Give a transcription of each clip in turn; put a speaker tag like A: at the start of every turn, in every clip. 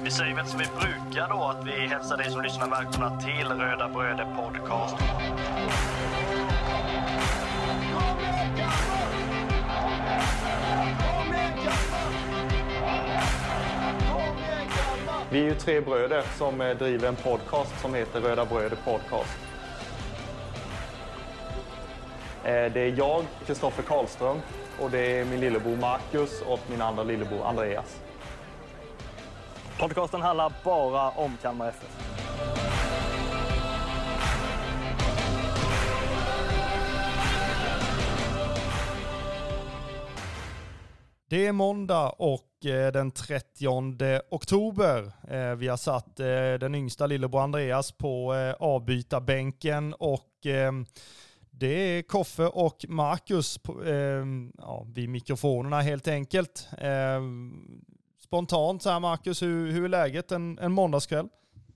A: Vi säger väl som vi brukar då, att vi hälsar dig som lyssnar välkomna till Röda Bröder Podcast.
B: Vi är ju 3 bröder som driver en podcast som heter Röda Bröder Podcast. Det är jag, Kristoffer Karlström, och det är min lillebror Marcus och min andra lillebror Andreas.
A: Podcasten handlar bara om Kalmar FF.
C: Det är måndag och den 30 oktober. Vi har satt den yngsta lillebror Andreas på avbytarbänken och det är Koffe och Marcus vid mikrofonerna helt enkelt. Spontant så här Marcus, hur är läget en måndagskväll?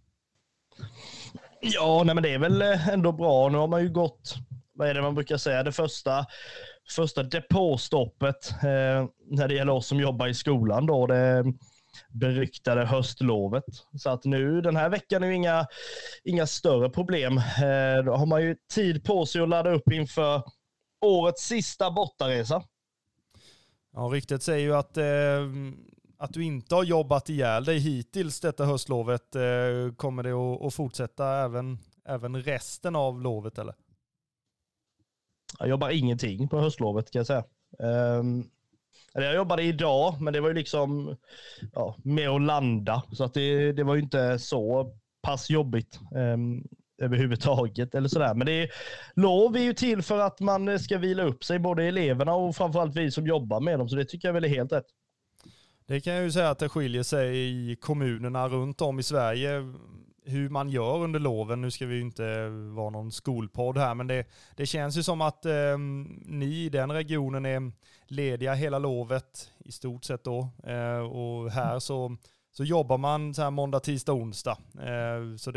D: Ja, nej men det är väl ändå bra. Nu har man ju gått, vad är det man brukar säga, det första depåstoppet när det gäller oss som jobbar i skolan då, det beryktade höstlovet. Så att nu, den här veckan är ju inga större problem. Då har man ju tid på sig att ladda upp inför årets sista bortaresa.
C: Ja, riktigt säger ju att du inte har jobbat ihjäl dig hittills detta höstlovet. Kommer det att fortsätta även resten av lovet eller?
D: Jag jobbar ingenting på höstlovet kan jag säga. Jag jobbade idag, men det var ju liksom med att landa. Så att det var ju inte så pass jobbigt överhuvudtaget eller sådär. Men lov är ju till för att man ska vila upp sig, både eleverna och framförallt vi som jobbar med dem. Så det tycker jag väl är helt rätt. Det
C: kan jag ju säga att det skiljer sig i kommunerna runt om i Sverige hur man gör under loven. Nu ska vi ju inte vara någon skolpodd här, men det känns ju som att ni i den regionen är lediga hela lovet i stort sett då. Och här så jobbar man så här måndag, tisdag, onsdag. Så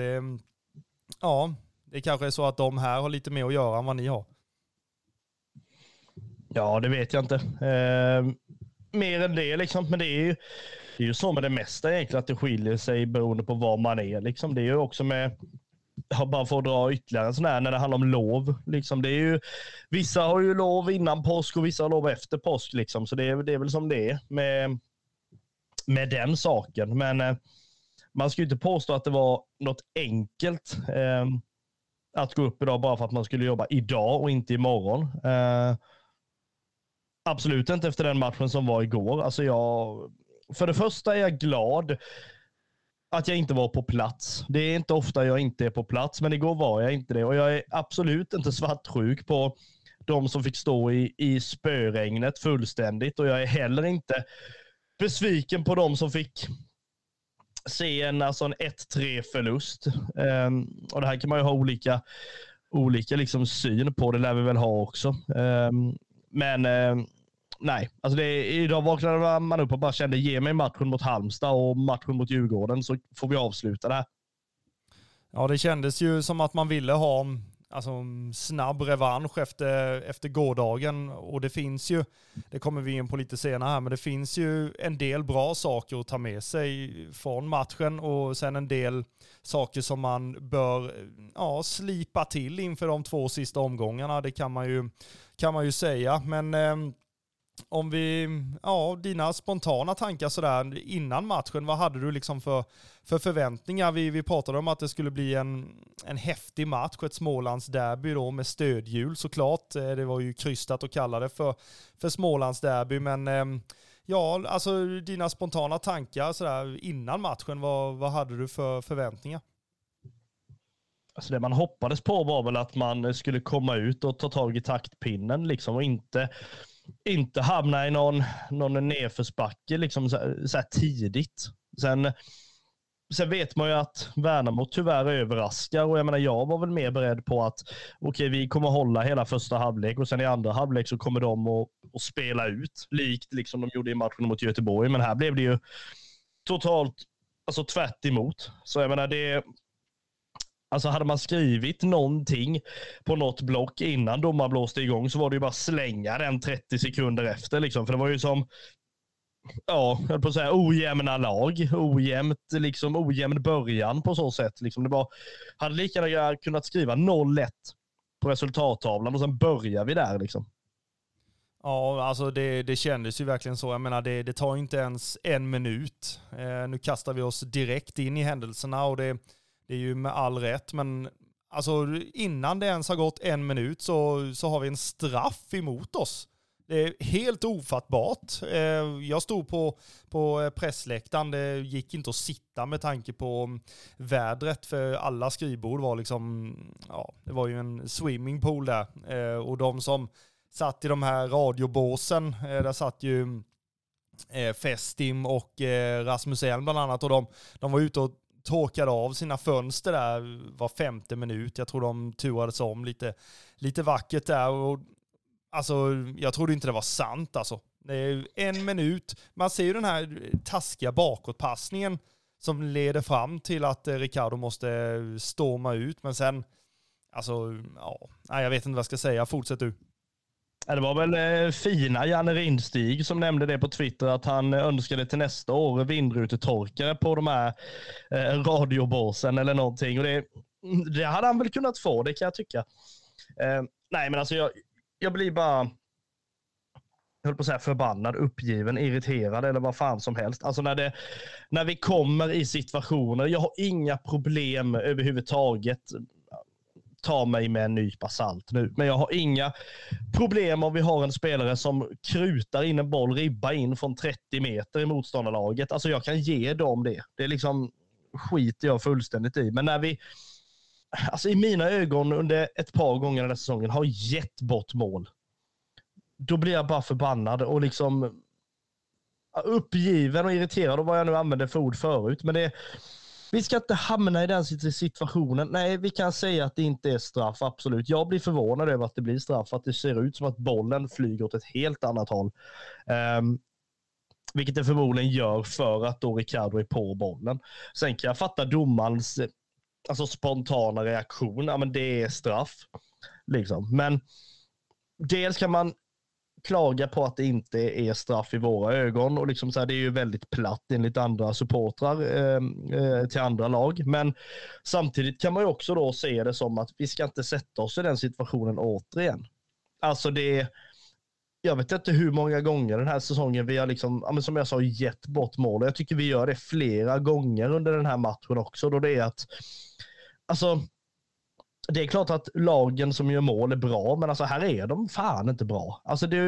C: det kanske är så att de här har lite mer att göra än vad ni har. Ja, det vet jag inte. Mer än det liksom, men det är ju så med det mesta egentligen att det skiljer sig beroende på var man är liksom. Det är ju också med, bara för att dra ytterligare en sån här, när det handlar om lov liksom, det är ju, vissa har ju lov innan påsk och vissa har lov efter påsk liksom, så det är väl som det är med den saken, men man ska ju inte påstå att det var något enkelt att gå upp idag bara för att man skulle jobba idag och inte imorgon. Absolut inte efter den matchen som var igår. Alltså för det första är jag glad att jag inte var på plats. Det är inte ofta jag inte är på plats, men igår var jag inte det. Och jag är absolut inte svartsjuk på de som fick stå i spöregnet fullständigt. Och jag är heller inte besviken på de som fick se en 1-3-förlust. Och det här kan man ju ha olika liksom syn på. Det lär vi väl ha också. Men nej, alltså idag vaknade man upp och bara kände, ge mig matchen mot Halmstad och matchen mot Djurgården så får vi avsluta det här. Ja, det kändes ju som att man ville ha snabb revansch efter gårdagen, och det finns ju, det kommer vi in på lite senare här, men det finns ju en del bra saker att ta med sig från matchen och sen en del saker som man bör slipa till inför de 2 sista omgångarna. Det kan man ju säga, men om vi, dina spontana tankar sådär innan matchen, vad hade du liksom för förväntningar? Vi pratade om att det skulle bli en häftig match, ett Smålandsderby då med stödhjul såklart. Det var ju krystat att kalla det för Smålandsderby, men dina spontana tankar sådär innan matchen, vad hade du för förväntningar? Alltså det man hoppades på var väl att man skulle komma ut och ta tag i taktpinnen liksom, och inte hamna i någon nedförsbacke liksom så här tidigt. Sen vet man ju att Värnamo tyvärr överraskar, och jag menar, jag var väl mer beredd på att vi kommer hålla hela första halvlek och sen i andra halvlek så kommer de att spela ut likt liksom de gjorde i matchen mot Göteborg, men här blev det ju totalt tvärt emot. Så jag menar, hade man skrivit någonting på något block innan domaren blåste igång så var det ju bara slänga den 30 sekunder efter liksom. För det var ju som jag höll på att säga ojämna lag, ojämn början på så sätt. Liksom det hade lika gärna kunnat skriva 0-1 på resultattavlan och sen börjar vi där liksom.
E: Ja, alltså det kändes ju verkligen så. Jag menar, det tar inte ens 1 minut. Nu kastar vi oss direkt in i händelserna och det är ju med all rätt. Men alltså, innan det ens har gått 1 minut så har vi en straff emot oss. Det är helt ofattbart. Jag stod på pressläktaren. Det gick inte att sitta med tanke på vädret, för alla skrivbord var liksom, ja, det var ju en swimmingpool där. Och de som satt i de här radiobåsen, där satt ju Festim och Rasmus Elm bland annat, och de var ute och torkade av sina fönster där var 5:e minut. Jag tror de turades om lite vackert där, och alltså jag trodde inte det var sant alltså. Det är 1 minut. Man ser ju den här taskiga bakåtpassningen som leder fram till att Ricardo måste storma ut, men sen alltså, ja, jag vet inte vad jag ska säga. Fortsätt du.
C: Det var väl fina Janne Rindstig som nämnde det på Twitter, att han önskade till nästa år vindrutetorkare på de här radiobåsen eller någonting. Och det hade han väl kunnat få, det kan jag tycka. Nej, men alltså jag blir bara, jag höll på att säga förbannad, uppgiven, irriterad eller vad fan som helst. Alltså när vi kommer i situationer, jag har inga problem överhuvudtaget. Ta mig med en nypa salt nu. Men jag har inga problem om vi har en spelare som krutar in en boll, ribba in från 30 meter i motståndarlaget. Alltså jag kan ge dem det. Det är liksom skit jag fullständigt i. Men när vi, alltså i mina ögon under ett par gånger den här säsongen har gett bort mål, då blir jag bara förbannad och liksom uppgiven och irriterad, och vad jag nu använde för ord förut. Men vi ska inte hamna i den situationen. Nej, vi kan säga att det inte är straff, absolut. Jag blir förvånad över att det blir straff, att det ser ut som att bollen flyger åt ett helt annat håll. Vilket det förmodligen gör för att då Ricardo är på bollen. Sen kan jag fatta domarens spontana reaktion. Ja, men det är straff. Liksom. Men dels kan man klaga på att det inte är straff i våra ögon, och liksom så här, det är ju väldigt platt enligt andra supportrar till andra lag, men samtidigt kan man ju också då se det som att vi ska inte sätta oss i den situationen återigen. Alltså jag vet inte hur många gånger den här säsongen vi har liksom, som jag sa, gett bort mål, och jag tycker vi gör det flera gånger under den här matchen också, då det är att alltså, det är klart att lagen som gör mål är bra, men alltså här är de fan inte bra. Alltså det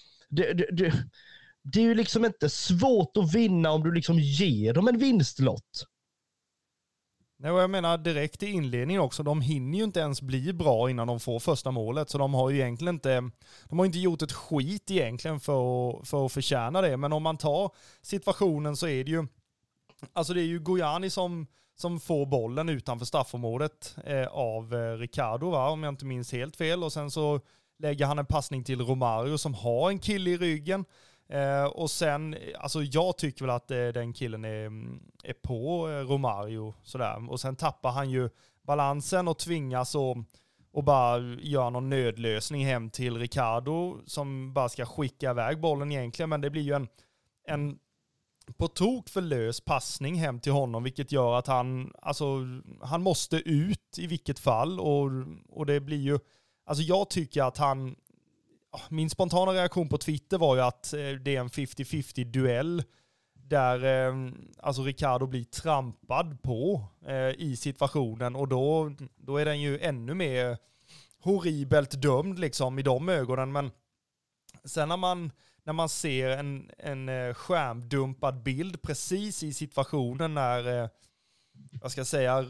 C: är ju liksom inte svårt att vinna om du liksom ger dem en vinstlott.
E: Nej, och jag menar direkt i inledningen också, de hinner ju inte ens bli bra innan de får första målet, så de har ju egentligen inte gjort ett skit egentligen för att förtjäna det. Men om man tar situationen så är det ju, alltså det är ju Gojani som får bollen utanför straffområdet av Ricardo, va? Om jag inte minns helt fel. Och sen så lägger han en passning till Romario som har en kille i ryggen. Och sen, alltså jag tycker väl att den killen är på Romario. Sådär. Och sen tappar han ju balansen och tvingas och bara göra någon nödlösning hem till Ricardo som bara ska skicka iväg bollen egentligen. Men det blir ju en på tok för lös passning hem till honom, vilket gör att han måste ut i vilket fall, och det blir ju, alltså jag tycker att min spontana reaktion på Twitter var ju att det är en 50-50 duell där alltså Ricardo blir trampad på i situationen, och då är den ju ännu mer horribelt dömd liksom i de ögonen. Men sen när man ser en skärmdumpad bild precis i situationen när jag ska säga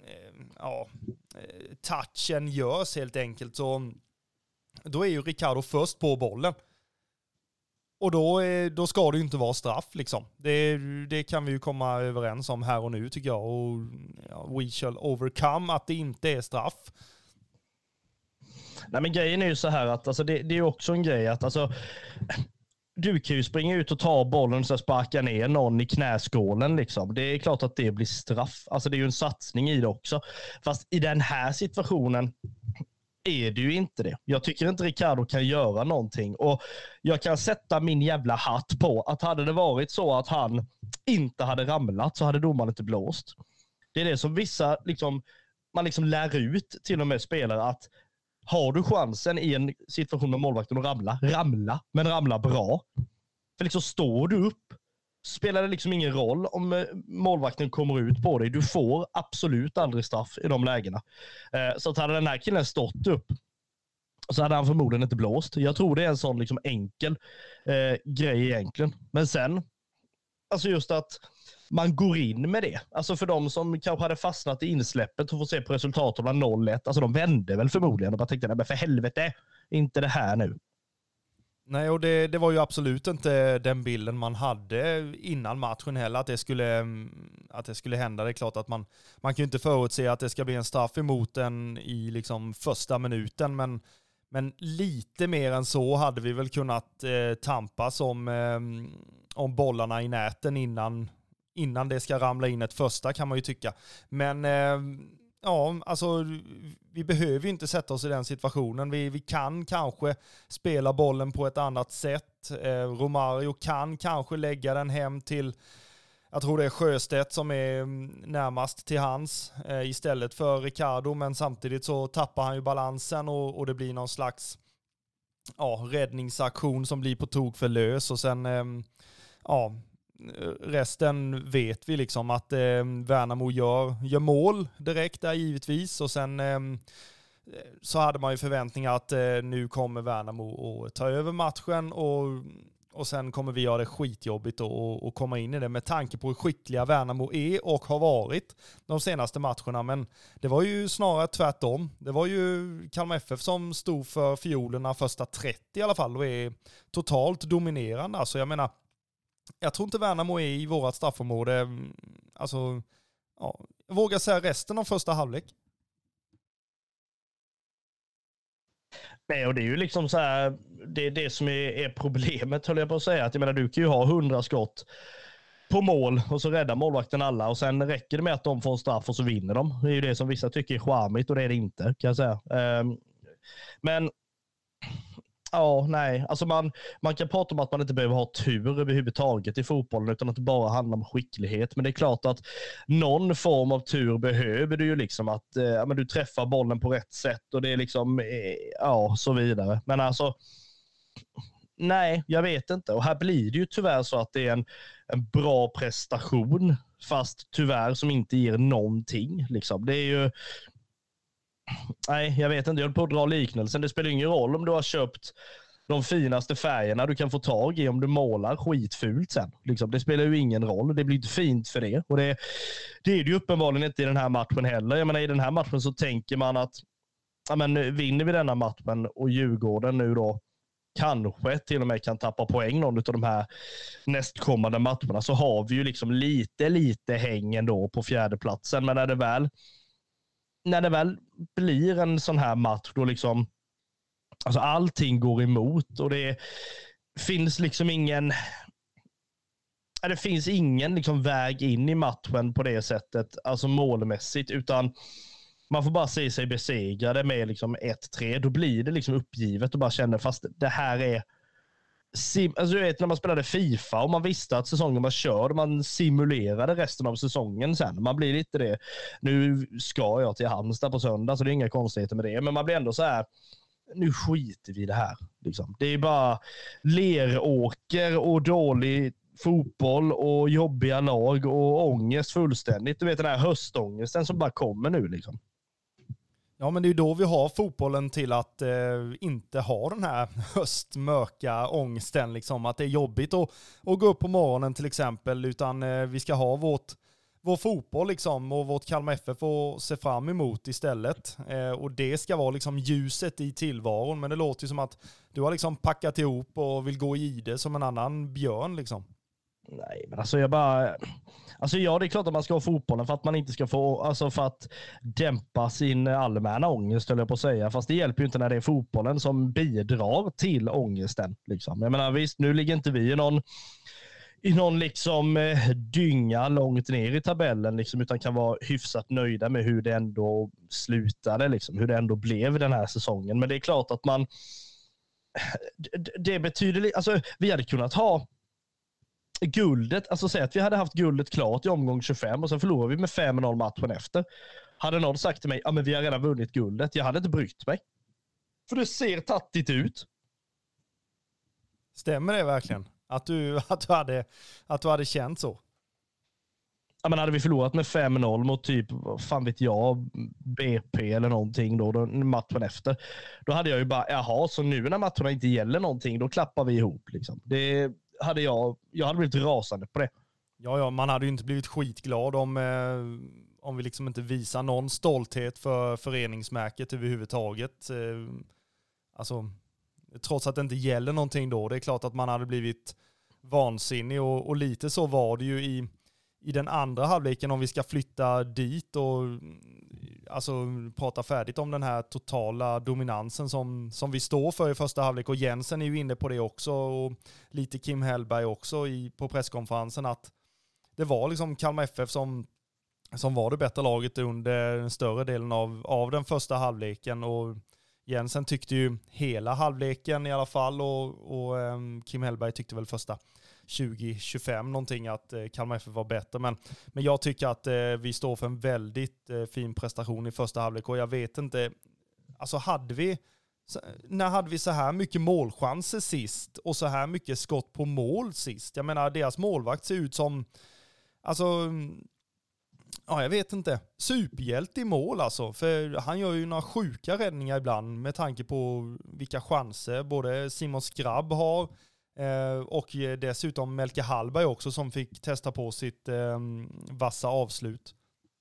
E: touchen görs helt enkelt, så då är ju Ricardo först på bollen. Och då ska det ju inte vara straff liksom. Det kan vi ju komma överens om här och nu tycker jag, och we shall overcome att det inte är straff.
C: Nej, men grejen är ju så här att alltså, det är ju också en grej att alltså, du kan ju springa ut och ta bollen och så sparka ner någon i knäskålen liksom. Det är klart att det blir straff. Alltså det är ju en satsning i det också. Fast i den här situationen är det ju inte det. Jag tycker inte Ricardo kan göra någonting. Och jag kan sätta min jävla hatt på att hade det varit så att han inte hade ramlat så hade domaren inte blåst. Det är det som vissa, liksom, man liksom lär ut till och med spelare att har du chansen i en situation med målvakten att ramla, men ramla bra. För liksom står du upp, spelar det liksom ingen roll om målvakten kommer ut på dig. Du får absolut aldrig straff i de lägena. Så att hade den här killen stått upp så hade han förmodligen inte blåst. Jag tror det är en sån liksom enkel grej egentligen. Men sen, alltså just att man går in med det. Alltså för de som kanske hade fastnat i insläppet och får se på resultaten av 0-1. Alltså de vände väl förmodligen och bara tänkte, nej men för helvete, inte det här nu.
E: Nej, och det var ju absolut inte den bilden man hade innan matchen heller, att det skulle hända. Det är klart att man kan ju inte förutse att det ska bli en straff emot den i liksom första minuten, men lite mer än så hade vi väl kunnat tampas om bollarna i näten innan det ska ramla in ett första, kan man ju tycka. Men ja, alltså vi behöver ju inte sätta oss i den situationen. Vi kan kanske spela bollen på ett annat sätt. Romario kan kanske lägga den hem till, jag tror det är Sjöstedt som är närmast till hans istället för Ricardo, men samtidigt så tappar han ju balansen och det blir någon slags räddningsaktion som blir på tok för lös, och sen resten vet vi liksom att Värnamo gör mål direkt där givetvis, och sen så hade man ju förväntningar att nu kommer Värnamo att ta över matchen och sen kommer vi göra det skitjobbigt och komma in i det med tanke på hur skickliga Värnamo är och har varit de senaste matcherna. Men det var ju snarare tvärtom. Det var ju Kalmar FF som stod för fiolerna första 30 i alla fall och är totalt dominerande. Alltså jag menar, jag tror inte Värnamo är i vårat straffområde. Alltså, jag vågar säga resten av första halvlek.
C: Nej, och det är ju liksom så här, det är det som är problemet, höll jag på att säga. Att jag menar, du kan ju ha 100 skott på mål och så räddar målvakten alla och sen räcker det med att de får en straff och så vinner de. Det är ju det som vissa tycker är charmigt och det är det inte, kan jag säga. Men nej. Alltså man kan prata om att man inte behöver ha tur överhuvudtaget i fotbollen utan att det bara handlar om skicklighet. Men det är klart att någon form av tur behöver du ju liksom att du träffar bollen på rätt sätt och det är liksom, så vidare. Men alltså, nej, jag vet inte. Och här blir det ju tyvärr så att det är en bra prestation fast tyvärr som inte ger någonting. Liksom. Det är ju... Nej, jag vet inte. Jag håller på att dra liknelsen. Det spelar ingen roll om du har köpt de finaste färgerna du kan få tag i om du målar skitfult sen. Liksom, det spelar ju ingen roll. Det blir inte fint för det. Och det är det ju uppenbarligen inte i den här matchen heller. Jag menar, i den här matchen så tänker man att vinner vi denna matchen och Djurgården nu då kanske till och med kan tappa poäng någon av de här nästkommande matcherna, så har vi ju liksom lite hängen då på fjärdeplatsen. Men när det väl blir en sån här match då liksom, alltså allting går emot och det finns liksom ingen liksom väg in i matchen på det sättet, alltså målmässigt, utan man får bara se sig besegrade med liksom 1-3. Då blir det liksom uppgivet och bara känner fast det här är alltså du vet när man spelade FIFA och man visste att säsongen var körd, man simulerade resten av säsongen sen. Man blir lite det. Nu ska jag till Halmstad på söndag så det är inga konstigheter med det, men man blir ändå så här, nu skiter vi i det här liksom. Det är bara leråker och dålig fotboll och jobbiga lag och ångest fullständigt. Du vet den här höstångesten som bara kommer nu liksom.
E: Ja, men det är ju då vi har fotbollen till att inte ha den här höstmörka ångesten, liksom, att det är jobbigt att gå upp på morgonen till exempel, utan vi ska ha vår fotboll liksom, och vårt Kalmar FF får se fram emot istället. Och det ska vara liksom ljuset i tillvaron, men det låter ju som att du har liksom packat ihop och vill gå i det som en annan björn liksom.
C: Nej, men alltså det är klart att man ska ha fotbollen för att man inte ska få, alltså för att dämpa sin allmänna ångest, höll jag på att säga. Fast det hjälper ju inte när det är fotbollen som bidrar till ångesten. Liksom. Jag menar visst, nu ligger inte vi i någon liksom dynga långt ner i tabellen liksom, utan kan vara hyfsat nöjda med hur det ändå slutade, liksom, hur det ändå blev den här säsongen. Men det är klart att man det betyder, alltså vi hade kunnat ha guldet, alltså säg att vi hade haft guldet klart i omgång 25 och sen förlorar vi med 5-0 matchen efter. Hade någon sagt till mig, ja men vi har redan vunnit guldet, jag hade inte brytt mig. För det ser tattigt ut.
E: Stämmer det verkligen? Att du hade känt så?
C: Ja, men hade vi förlorat med 5-0 mot typ, fan vet jag, BP eller någonting då matchen efter, då hade jag ju bara, jaha, så nu när matcherna inte gäller någonting, då klappar vi ihop liksom. Det hade jag hade blivit rasande på det. Ja,
E: man hade ju inte blivit skitglad om vi liksom inte visar någon stolthet för föreningsmärket överhuvudtaget. Alltså, trots att det inte gäller någonting då, det är klart att man hade blivit vansinnig och lite så var det ju i den andra halvleken, om vi ska flytta dit och alltså prata färdigt om den här totala dominansen som vi står för i första halvlek. Och Jensen är ju inne på det också, och lite Kim Hellberg också på presskonferensen, att det var liksom Kalmar FF som var det bättre laget under den större delen av den första halvleken. Och Jensen tyckte ju hela halvleken i alla fall, och Kim Hellberg tyckte väl första 20-25 någonting att Kalmar FF var bättre. Men jag tycker att vi står för en väldigt fin prestation i första halvlek, och jag vet inte, alltså när hade vi så här mycket målchanser sist och så här mycket skott på mål sist? Jag menar, deras målvakt ser ut som, alltså, ja, jag vet inte, superhjälte i mål alltså, för han gör ju några sjuka räddningar ibland med tanke på vilka chanser både Simon Skrabb har och dessutom Melke Hallberg också, som fick testa på sitt vassa avslut.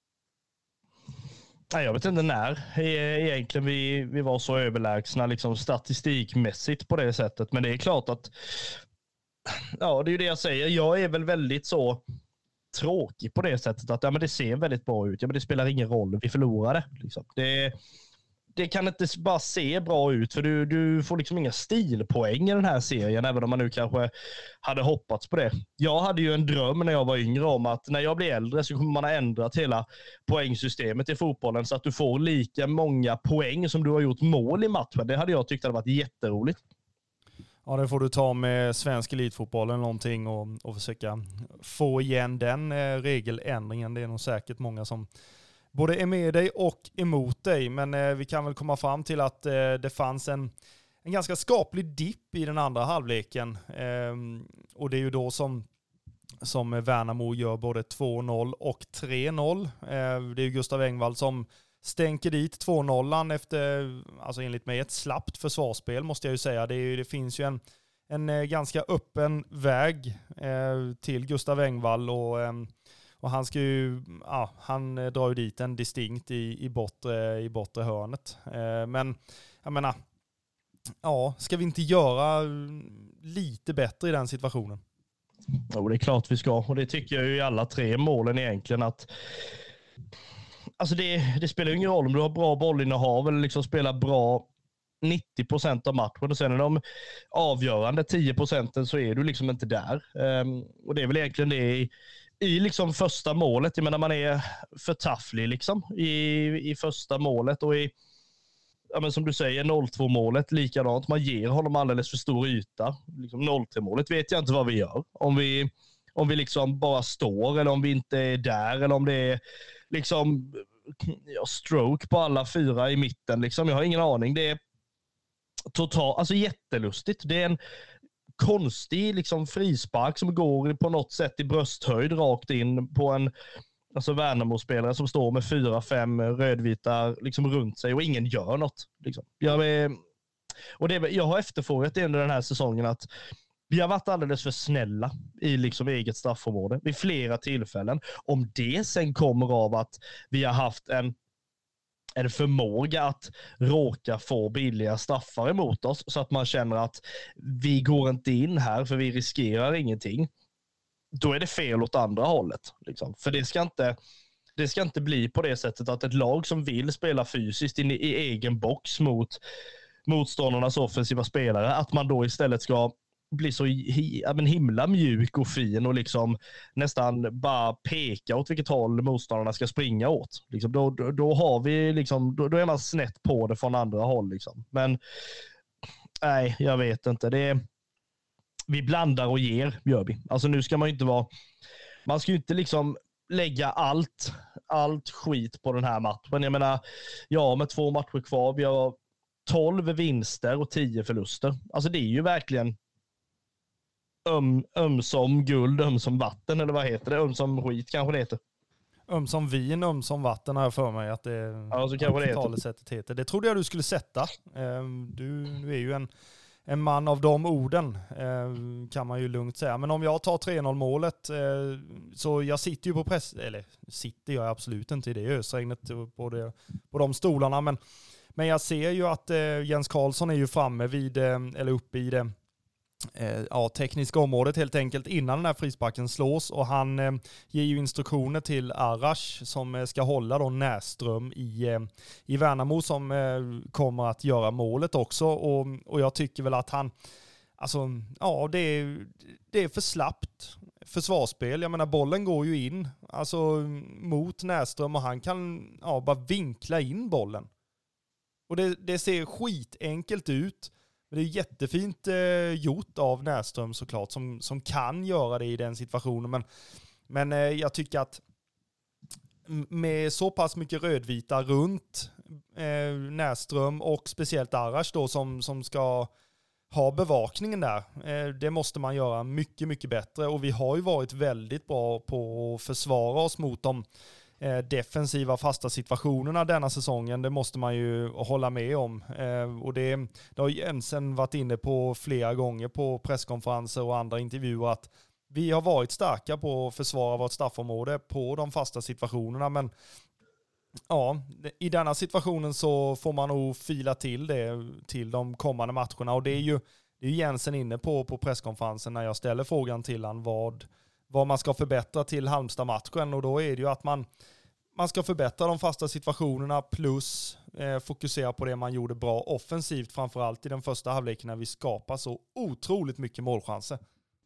C: Jag vet inte när egentligen vi var så överlägsna liksom statistikmässigt på det sättet, men det är klart att, ja, det är ju det jag säger, jag är väl väldigt så tråkig på det sättet att, ja, men det ser väldigt bra ut, ja, men det spelar ingen roll, vi förlorade liksom. Det kan inte bara se bra ut, för du får liksom inga stilpoäng i den här serien, även om man nu kanske hade hoppats på det. Jag hade ju en dröm när jag var yngre om att när jag blir äldre så kommer man ha ändrat hela poängsystemet i fotbollen så att du får lika många poäng som du har gjort mål i matchen. Det hade jag tyckt hade varit jätteroligt.
E: Ja, det får du ta med svensk elitfotboll eller någonting och försöka få igen den regeländringen. Det är nog säkert många som både är med dig och emot dig, men vi kan väl komma fram till att det fanns en ganska skaplig dipp i den andra halvleken, och det är ju då som Värnamo gör både 2-0 och 3-0. Det är ju Gustav Engvall som stänker dit 2-0 efter, alltså enligt mig, ett slappt försvarsspel måste jag ju säga. Det finns ju en ganska öppen väg till Gustav Engvall, och han ska ju, ja, han drar ju dit en distinkt i bortre hörnet. Men jag menar, ja, ska vi inte göra lite bättre i den situationen?
C: Jo, det är klart vi ska, och det tycker jag ju i alla tre målen egentligen, att alltså det spelar ju ingen roll om du har bra bollinnehav eller liksom spelar bra 90% av matchen, och sen är de avgörande 10% så är du liksom inte där. Och det är väl egentligen det i liksom första målet. Jag menar, man är för tafflig liksom i första målet, och ja, men som du säger, 0-2 målet likadant. Man ger honom alldeles för stor yta. Liksom 0-3 målet vet jag inte vad vi gör. Om vi liksom bara står, eller om vi inte är där, eller om det är liksom stroke på alla fyra i mitten. Liksom. Jag har ingen aning. Det är totalt, alltså jättelustigt. Det är en konstig liksom frispark som går på något sätt i brösthöjd rakt in på en Värnamo-spelare som står med 4-5 rödvita liksom runt sig, och ingen gör något. Liksom. Jag har efterfrågat det under den här säsongen, att vi har varit alldeles för snälla i liksom eget straffområde vid flera tillfällen. Om det sen kommer av att vi har haft en förmåga att råka få billiga straffar emot oss, så att man känner att vi går inte in här för vi riskerar ingenting, då är det fel åt andra hållet. Liksom. För det ska inte bli på det sättet att ett lag som vill spela fysiskt in i egen box mot motståndarnas offensiva spelare, att man då istället ska blir så himla mjuk och fin och liksom nästan bara peka åt vilket håll motståndarna ska springa åt. Liksom, då har vi liksom, då är man snett på det från andra håll. Liksom. Men nej, jag vet inte. Vi blandar och ger, gör vi. Alltså nu ska man ju inte vara... Man ska ju inte liksom lägga allt skit på den här matchen. Jag menar, med 2 matcher kvar, vi har 12 vinster och 10 förluster. Alltså det är ju verkligen som guld, som vatten, eller vad heter det? Som skit kanske det heter.
E: Som vin, som vatten har jag för mig att det
C: så kanske det
E: talesättet heter. Det trodde jag du skulle sätta. Du är ju en man av de orden, kan man ju lugnt säga. Men om jag tar 3-0 målet, så jag sitter ju på press... Eller sitter jag absolut inte i det ösregnet på de stolarna. Men jag ser ju att Jens Karlsson är ju framme eller uppe i det tekniska området helt enkelt innan den här frisparken slås. Och han ger ju instruktioner till Arash som ska hålla då Näsström i Värnamo som kommer att göra målet också. Och jag tycker väl att han... Alltså, det är för slappt försvarsspel. Jag menar, bollen går ju in mot Näsström och han kan bara vinkla in bollen. Och det ser skitenkelt ut. Men det är jättefint gjort av Näsström såklart som kan göra det i den situationen. Men jag tycker att med så pass mycket rödvita runt Näsström och speciellt Arash då som ska ha bevakningen där. Det måste man göra mycket, mycket bättre. Och vi har ju varit väldigt bra på att försvara oss mot de defensiva fasta situationerna denna säsongen. Det måste man ju hålla med om. Och det har Jensen varit inne på flera gånger på presskonferenser och andra intervjuer att vi har varit starka på att försvara vårt straffområde på de fasta situationerna. Men i denna situationen så får man nog fila till det till de kommande matcherna. Och det är ju Jensen inne på presskonferensen när jag ställer frågan till han vad man ska förbättra till Halmstad-matchen. Och då är det ju att man ska förbättra de fasta situationerna plus fokusera på det man gjorde bra offensivt, framförallt i den första halvleken när vi skapar så otroligt mycket målchanser.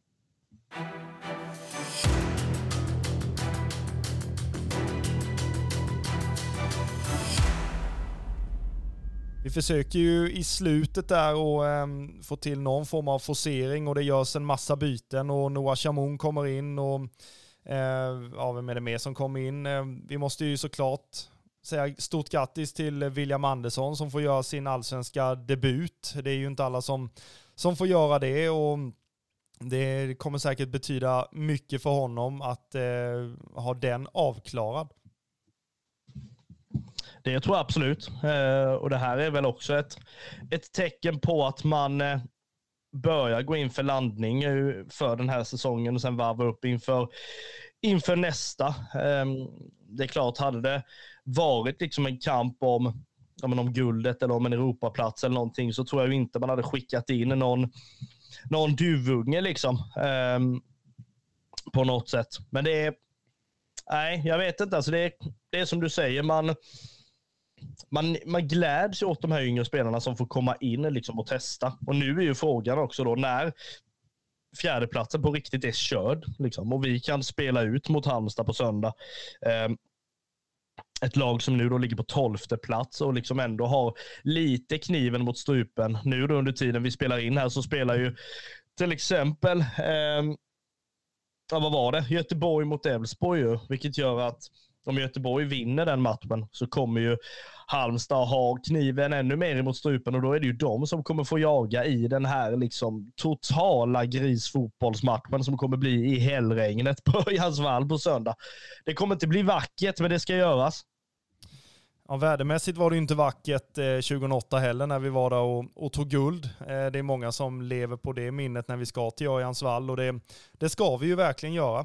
E: Vi försöker ju i slutet där och få till någon form av forcering och det görs en massa byten och Noah Chamoun kommer in och vem är det mer som kommer in? Vi måste ju såklart säga stort grattis till William Andersson som får göra sin allsvenska debut. Det är ju inte alla som får göra det och det kommer säkert betyda mycket för honom att ha den avklarad.
C: Det tror jag absolut. Och det här är väl också ett tecken på att man börjar gå in för landning för den här säsongen och sen varva upp inför nästa. Det är klart, hade det varit liksom en kamp om guldet eller om en Europaplats eller någonting så tror jag inte man hade skickat in någon duvunge liksom på något sätt. Men det är jag vet inte. Alltså det är som du säger, man gläds åt de här yngre spelarna som får komma in liksom och testa. Och nu är ju frågan också då när fjärdeplatsen på riktigt är körd liksom, och vi kan spela ut mot Halmstad på söndag. Ett lag som nu då ligger på 12:e plats och liksom ändå har lite kniven mot strupen. Nu då under tiden vi spelar in här så spelar ju till exempel vad var det? Göteborg mot Elfsborg, vilket gör att om Göteborg vinner den matchen så kommer ju Halmstad ha kniven ännu mer emot strupen och då är det ju de som kommer få jaga i den här liksom totala grisfotbollsmatchen som kommer bli i hällregnet på Örjansvall på söndag. Det kommer inte bli vackert, men det ska göras.
E: Ja, värdemässigt var det inte vackert 2008 heller när vi var där och tog guld. Det är många som lever på det minnet när vi ska till Örjansvall och det ska vi ju verkligen göra.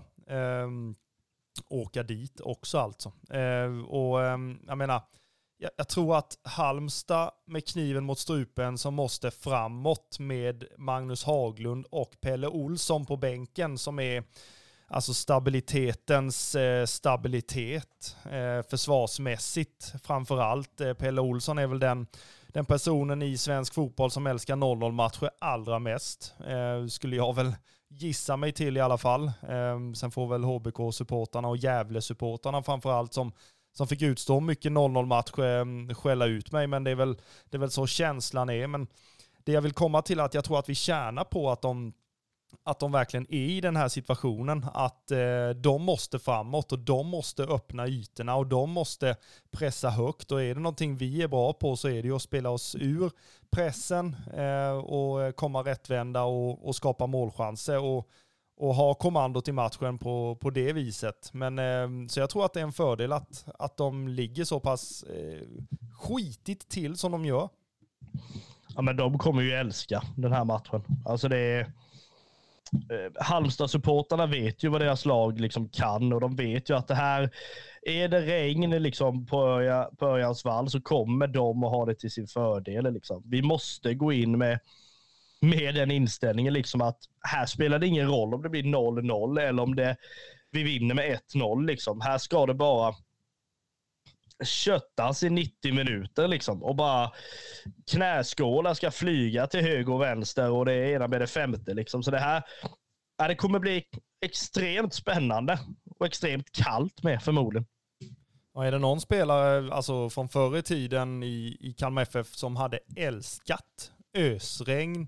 E: Åka dit också alltså. Jag menar, jag tror att Halmstad med kniven mot strupen som måste framåt med Magnus Haglund och Pelle Olsson på bänken som är alltså stabilitetens stabilitet försvarsmässigt framförallt. Pelle Olsson är väl den personen i svensk fotboll som älskar 0-0-matcher allra mest. Skulle jag väl gissa mig till i alla fall. Sen får väl HBK-supportarna och Gävle-supportarna framförallt som fick utstå mycket 0-0-matcher skälla ut mig. Men det är väl så känslan är. Men det jag vill komma till är att jag tror att vi tjänar på att de verkligen är i den här situationen, att de måste framåt och de måste öppna ytorna och de måste pressa högt, och är det någonting vi är bra på så är det ju att spela oss ur pressen och komma rättvända och skapa målchanser och ha kommandot i matchen på det viset. Men så jag tror att det är en fördel att de ligger så pass skitigt till som de gör.
C: Ja, men de kommer ju älska den här matchen. Alltså det är Halmstad-supportarna vet ju vad deras lag liksom kan, och de vet ju att det här, är det regn liksom på Örjans vall så kommer de att ha det till sin fördel. Liksom. Vi måste gå in med den inställningen liksom att här spelar det ingen roll om det blir 0-0 eller om vi vinner med 1-0. Liksom. Här ska det bara köttas i 90 minuter liksom, och bara knäskålar ska flyga till höger och vänster och det ena med det femte liksom. Så det kommer bli extremt spännande och extremt kallt med förmodligen.
E: Och är det någon spelare alltså från förr i tiden i Kalmar FF som hade älskat ösregn,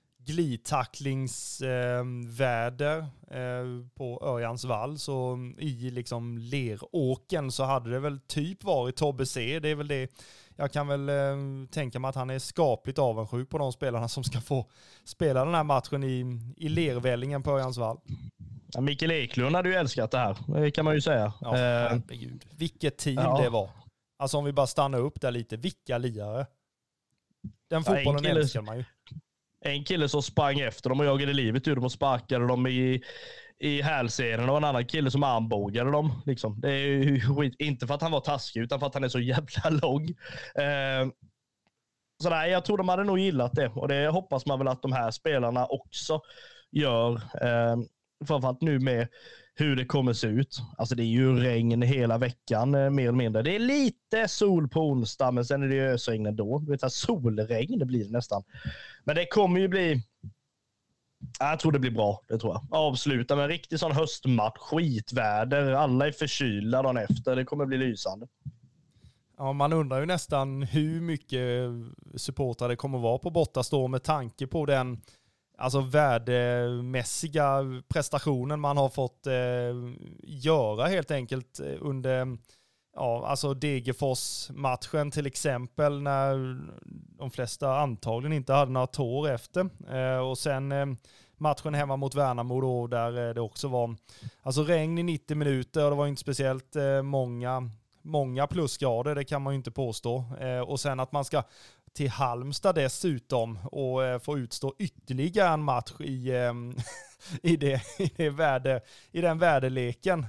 E: glidtacklingsväder på Örjans vall, så i liksom leråken så hade det väl typ varit Tobbe C. Det är väl det. Jag kan väl tänka mig att han är skapligt avundsjuk på de spelarna som ska få spela den här matchen i lervällingen på Örjans vall.
C: Ja, Mikael Eklund hade ju älskat det här, det kan man ju säga.
E: Ja, herregud. Vilket team det var. Alltså om vi bara stannar upp där lite, vilka lirare. Den fotbollen älskar man ju.
C: En kille som sprang efter dem och jagade livet ur dem och sparkade dem i hälsenan, och en annan kille som armbågade dem. Liksom. Det är ju skit. Inte för att han var taskig utan för att han är så jävla lång. Så nej, jag tror de hade nog gillat det, och det hoppas man väl att de här spelarna också gör. Framförallt nu med hur det kommer se ut. Alltså det är ju regn hela veckan mer eller mindre. Det är lite sol på onsdag, men sen är det ösregn ändå. Du vet, så solregn det blir det nästan. Men det kommer ju bli... Jag tror det blir bra, det tror jag. Avsluta med en riktig sån höstmatch, skitväder, alla är förkylda dagen efter. Det kommer bli lysande.
E: Ja, man undrar ju nästan hur mycket supportrar det kommer vara på bortastå med tanke på den alltså värdemässiga prestationen man har fått göra helt enkelt under alltså Degerfors-matchen till exempel, när de flesta antagligen inte hade några tår efter. Och sen matchen hemma mot Värnamo då, där det också var alltså regn i 90 minuter och det var inte speciellt många plusgrader, det kan man ju inte påstå. Och sen att man ska till Halmstad dessutom och få utstå ytterligare en match i den värdeleken.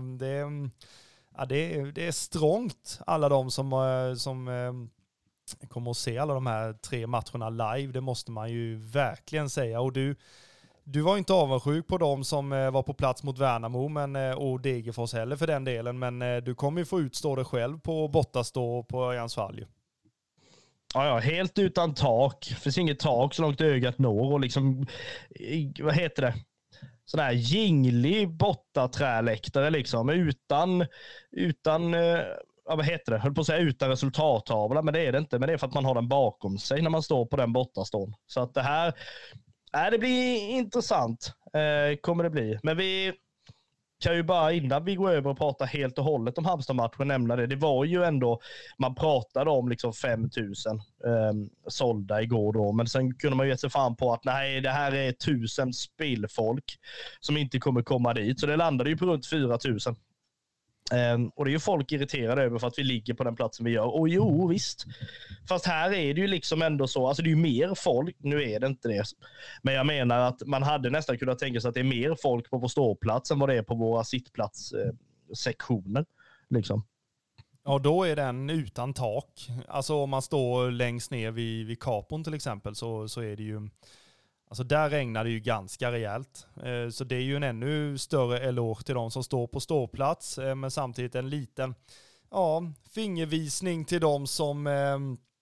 E: Det är strångt, alla de som kommer att se alla de här 3 matcherna live. Det måste man ju verkligen säga. Och du var inte avundsjuk på dem som var på plats mot Värnamo och Degerfors heller för den delen. Men du kommer ju få utstå det själv på bortastå på Örjans vall.
C: Ja, helt utan tak. Det finns inget tak så långt ögat når, och liksom, vad heter det? Sån här jinglig bottaträläktare liksom, utan vad heter det? Höll på att säga utan resultattavla, men det är det inte. Men det är för att man har den bakom sig när man står på den bortastån. Så att det här, det blir intressant, kommer det bli. Men vi kan ju bara, innan vi går över och pratar helt och hållet om Halmstad-matchen, nämna det. Det var ju ändå, man pratade om liksom 5000 sålda igår då, men sen kunde man ju ge sig fram på att nej, det här är 1000 spillfolk som inte kommer komma dit. Så det landade ju på runt 4000. Och det är ju folk irriterade över för att vi ligger på den platsen vi gör. Och jo, visst. Fast här är det ju liksom ändå så. Alltså det är ju mer folk. Nu är det inte det. Men jag menar att man hade nästan kunnat tänka sig att det är mer folk på vår ståplats än vad det är på våra sittplatssektioner. Liksom.
E: Ja, då är den utan tak. Alltså om man står längst ner vid Capon till exempel så är det ju... Alltså där regnar det ju ganska rejält. Så det är ju en ännu större eloge till de som står på ståplats. Men samtidigt en liten fingervisning till de som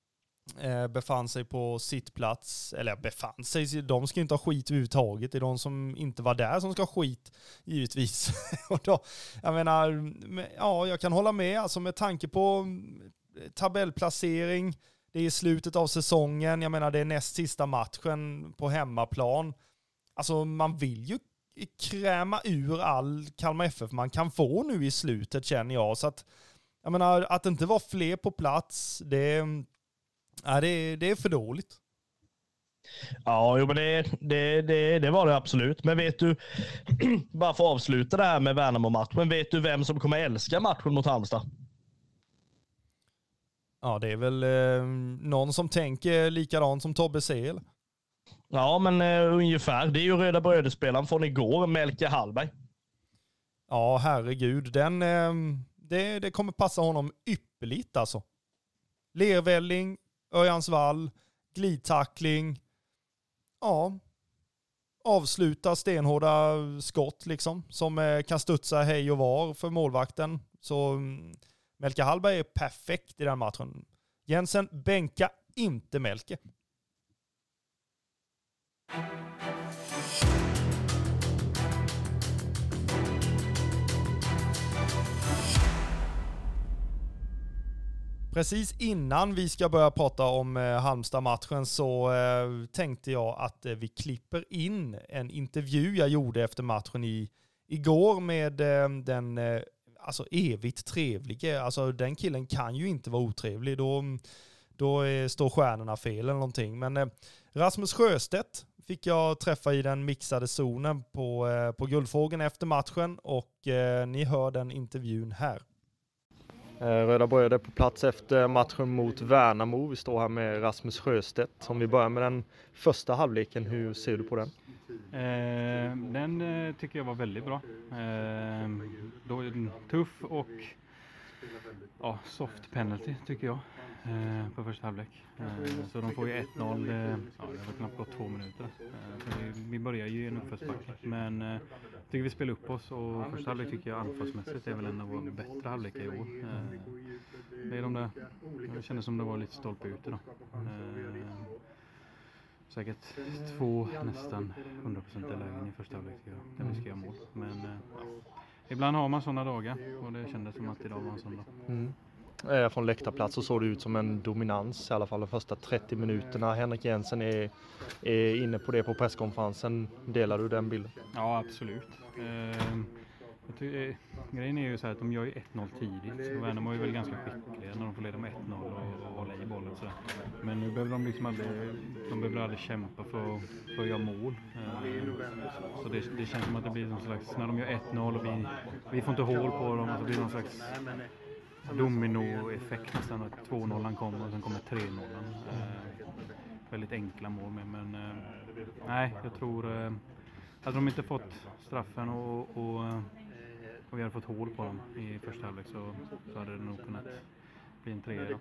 E: befann sig på sitt plats, eller befann sig, de ska inte ha skit överhuvudtaget, det är de som inte var där som ska ha skit, givetvis. Och då, jag menar, ja, jag kan hålla med, alltså med tanke på tabellplacering, det är i slutet av säsongen, jag menar det är näst sista matchen på hemmaplan, alltså man vill ju kräma ur all Kalmar FF man kan få nu i slutet, känner jag, så att jag menar, att det inte var fler på plats, det är för dåligt.
C: Ja, jo, men det var det absolut. Men vet du, bara för att avsluta det här med Värnamo-matchen, vet du vem som kommer älska matchen mot Halmstad?
E: Ja, det är väl någon som tänker likadant som Tobbe Seel.
C: Ja, men ungefär. Det är ju Röda Bröderspelaren från igår, Melke Hallberg.
E: Ja, herregud. Det kommer passa honom ypperligt alltså. Lervälling, Örjansvall, glidtackling. Ja. Avsluta stenhårda skott liksom. Som kan studsa hej och var för målvakten. Så Melke Hallberg är perfekt i den matchen. Jensen, bänka inte Melke. Precis innan vi ska börja prata om Halmstad-matchen så tänkte jag att vi klipper in en intervju jag gjorde efter matchen igår med den alltså evigt trevlige. Alltså den killen kan ju inte vara otrevlig. Då står stjärnorna fel eller någonting. Men Rasmus Sjöstedt fick jag träffa i den mixade zonen på Guldfågeln efter matchen och ni hör den intervjun här.
B: Röda Bröder på plats efter matchen mot Värnamo. Vi står här med Rasmus Sjöstedt. Om vi börjar med den första halvleken, hur ser du på den?
F: Den tycker jag var väldigt bra. Då är den tuff och soft penalty tycker jag på första halvlek. Så de får ju 1-0. Det var knappt gått 2 minuter. Vi börjar ju i en uppförsbacke. Men jag tycker vi spelar upp oss och första halvlek tycker jag anfallsmässigt är väl en av våra bättre halvlekar i år. Det är de där, jag känner som det var lite stolpe ute då. Säkert 2 nästan 100% lägen i första halvlek där vi ska göra mål. Men ibland har man sådana dagar och det kändes som att idag var en sån dag.
B: Från läktarplats så såg det ut som en dominans i alla fall de första 30 minuterna. Henrik Jensen är inne på det på presskonferensen. Delar du den bilden?
F: Ja, absolut. Grejen är ju så här att de gör ju 1-0 tidigt. Och Värnamo är väl ganska skickliga när de får leda med 1-0 och hålla i bollen. Så där. Men nu behöver de liksom aldrig kämpa för att göra mål. Så det känns som att det blir någon slags, när de gör 1-0 och vi får inte hål på dem, så blir det någon slags dominoeffekt nästan att 2-0 kommer och sen kommer 3-0. Väldigt enkla mål med, men nej, jag tror hade de inte fått straffen och vi hade fått hål på dem i första halvlek så hade det nog kunnat bli en 3.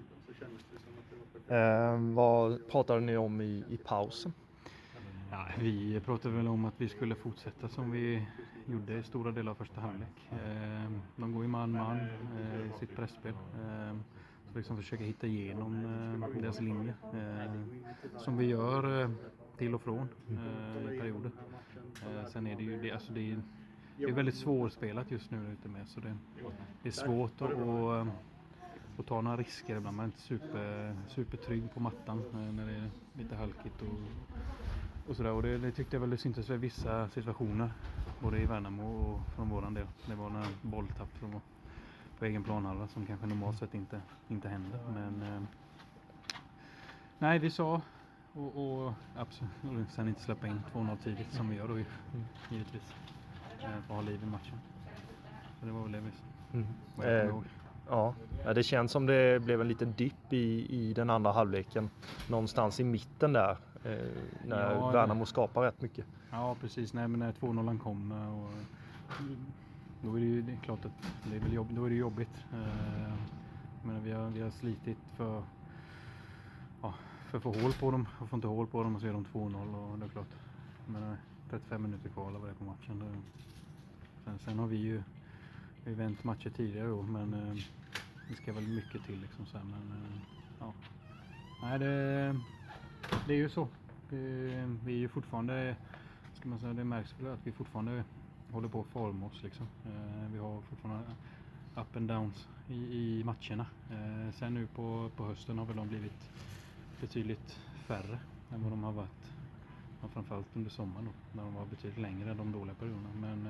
B: Vad pratade ni om i pausen?
F: Ja, vi pratade väl om att vi skulle fortsätta som vi gjorde i stora delar av första halvlek. De går ju man i sitt pressspel. Så liksom försöka hitta igenom deras linje. Som vi gör till och från i perioder. Sen är det ju det är väldigt svårspelat just nu ute med. Så det är svårt att ta några risker ibland. Man är inte supertrygg på mattan när det är lite halkigt och sådär. Och det tyckte jag väl det syntes i vissa situationer. Både i Värnamo och från våran del. Det var några bolltapp som var på egen planhalva som kanske normalt sett inte händer. Men nej, vi sa och absolut sen inte släppa in 2-0 tidigt som vi gör då givetvis. För att ha liv i matchen. Så det var väl det vi
B: Ja, det känns som det blev en liten dipp i den andra halvleken. Någonstans i mitten där. När Värnamo skapar rätt mycket.
F: Ja, precis. Nej, men när 2-0 kommer och då är det ju klart att det är väl då är det jobbigt. Men vi har slitit för att få hål på dem och får inte hål på dem och så är de 2-0 och det är klart. Men 35 minuter kvar eller vad det är på matchen. Sen har vi vänt matcher tidigare då, men det ska väl mycket till liksom så här, men Nej, det är ju så. Vi är ju fortfarande, ska man säga, det märks väl att vi fortfarande håller på att forma oss liksom. Vi har fortfarande up and downs i matcherna. Sen nu på hösten har väl de blivit betydligt färre än vad de har varit. Framförallt under sommaren då, när de var betydligt längre än de dåliga perioderna. Men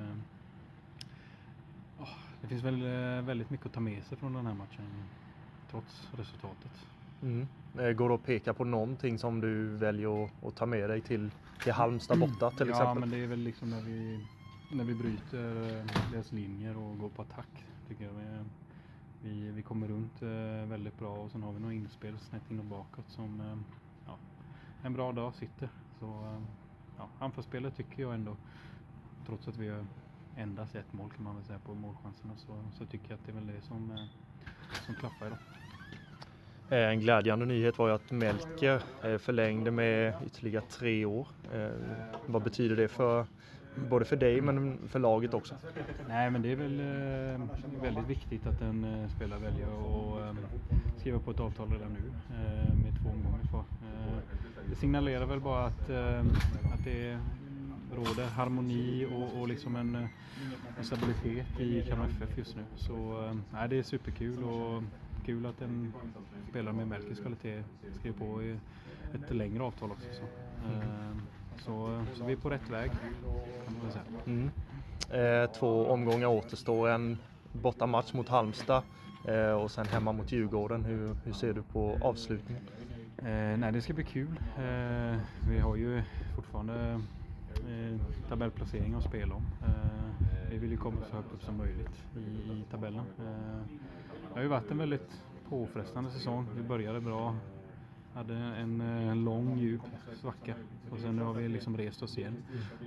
F: det finns väl väldigt mycket att ta med sig från den här matchen trots resultatet.
B: Går det att peka på någonting som du väljer att ta med dig till Halmstad borta till exempel?
F: Ja, men det är väl liksom när vi bryter deras linjer och går på attack, tycker jag. Vi kommer runt väldigt bra, och sen har vi några inspel snett in och bakåt som en bra dag sitter. Så anfallsspelet tycker jag ändå, trots att vi har endast ett mål kan man väl säga på målchanserna, så tycker jag att det är väl det som klaffar idag.
B: En glädjande nyhet var ju att Melker förlängde med ytterligare 3 år. Vad betyder det både för dig men för laget också?
F: Nej, men det är väl väldigt viktigt att en spelare väljer att skriva på ett avtal redan nu med 2 omgångar kvar. Det signalerar väl bara att det råder harmoni och liksom en stabilitet i Kalmar FF just nu. Så det är superkul, och kul att en spelare med Melkers kvalitet skriver på ett längre avtal också. Så vi är på rätt väg, kan man säga.
B: 2 omgångar återstår, en borta match mot Halmstad och sen hemma mot Djurgården. Hur ser du på avslutningen?
F: Nej, det ska bli kul. Vi har ju fortfarande tabellplacering att spela om. Vi vill ju komma så högt upp som möjligt i tabellen. Det har ju varit en väldigt påfrestande säsong. Vi började bra, hade en lång djup svacka, och sen har vi liksom rest oss igen.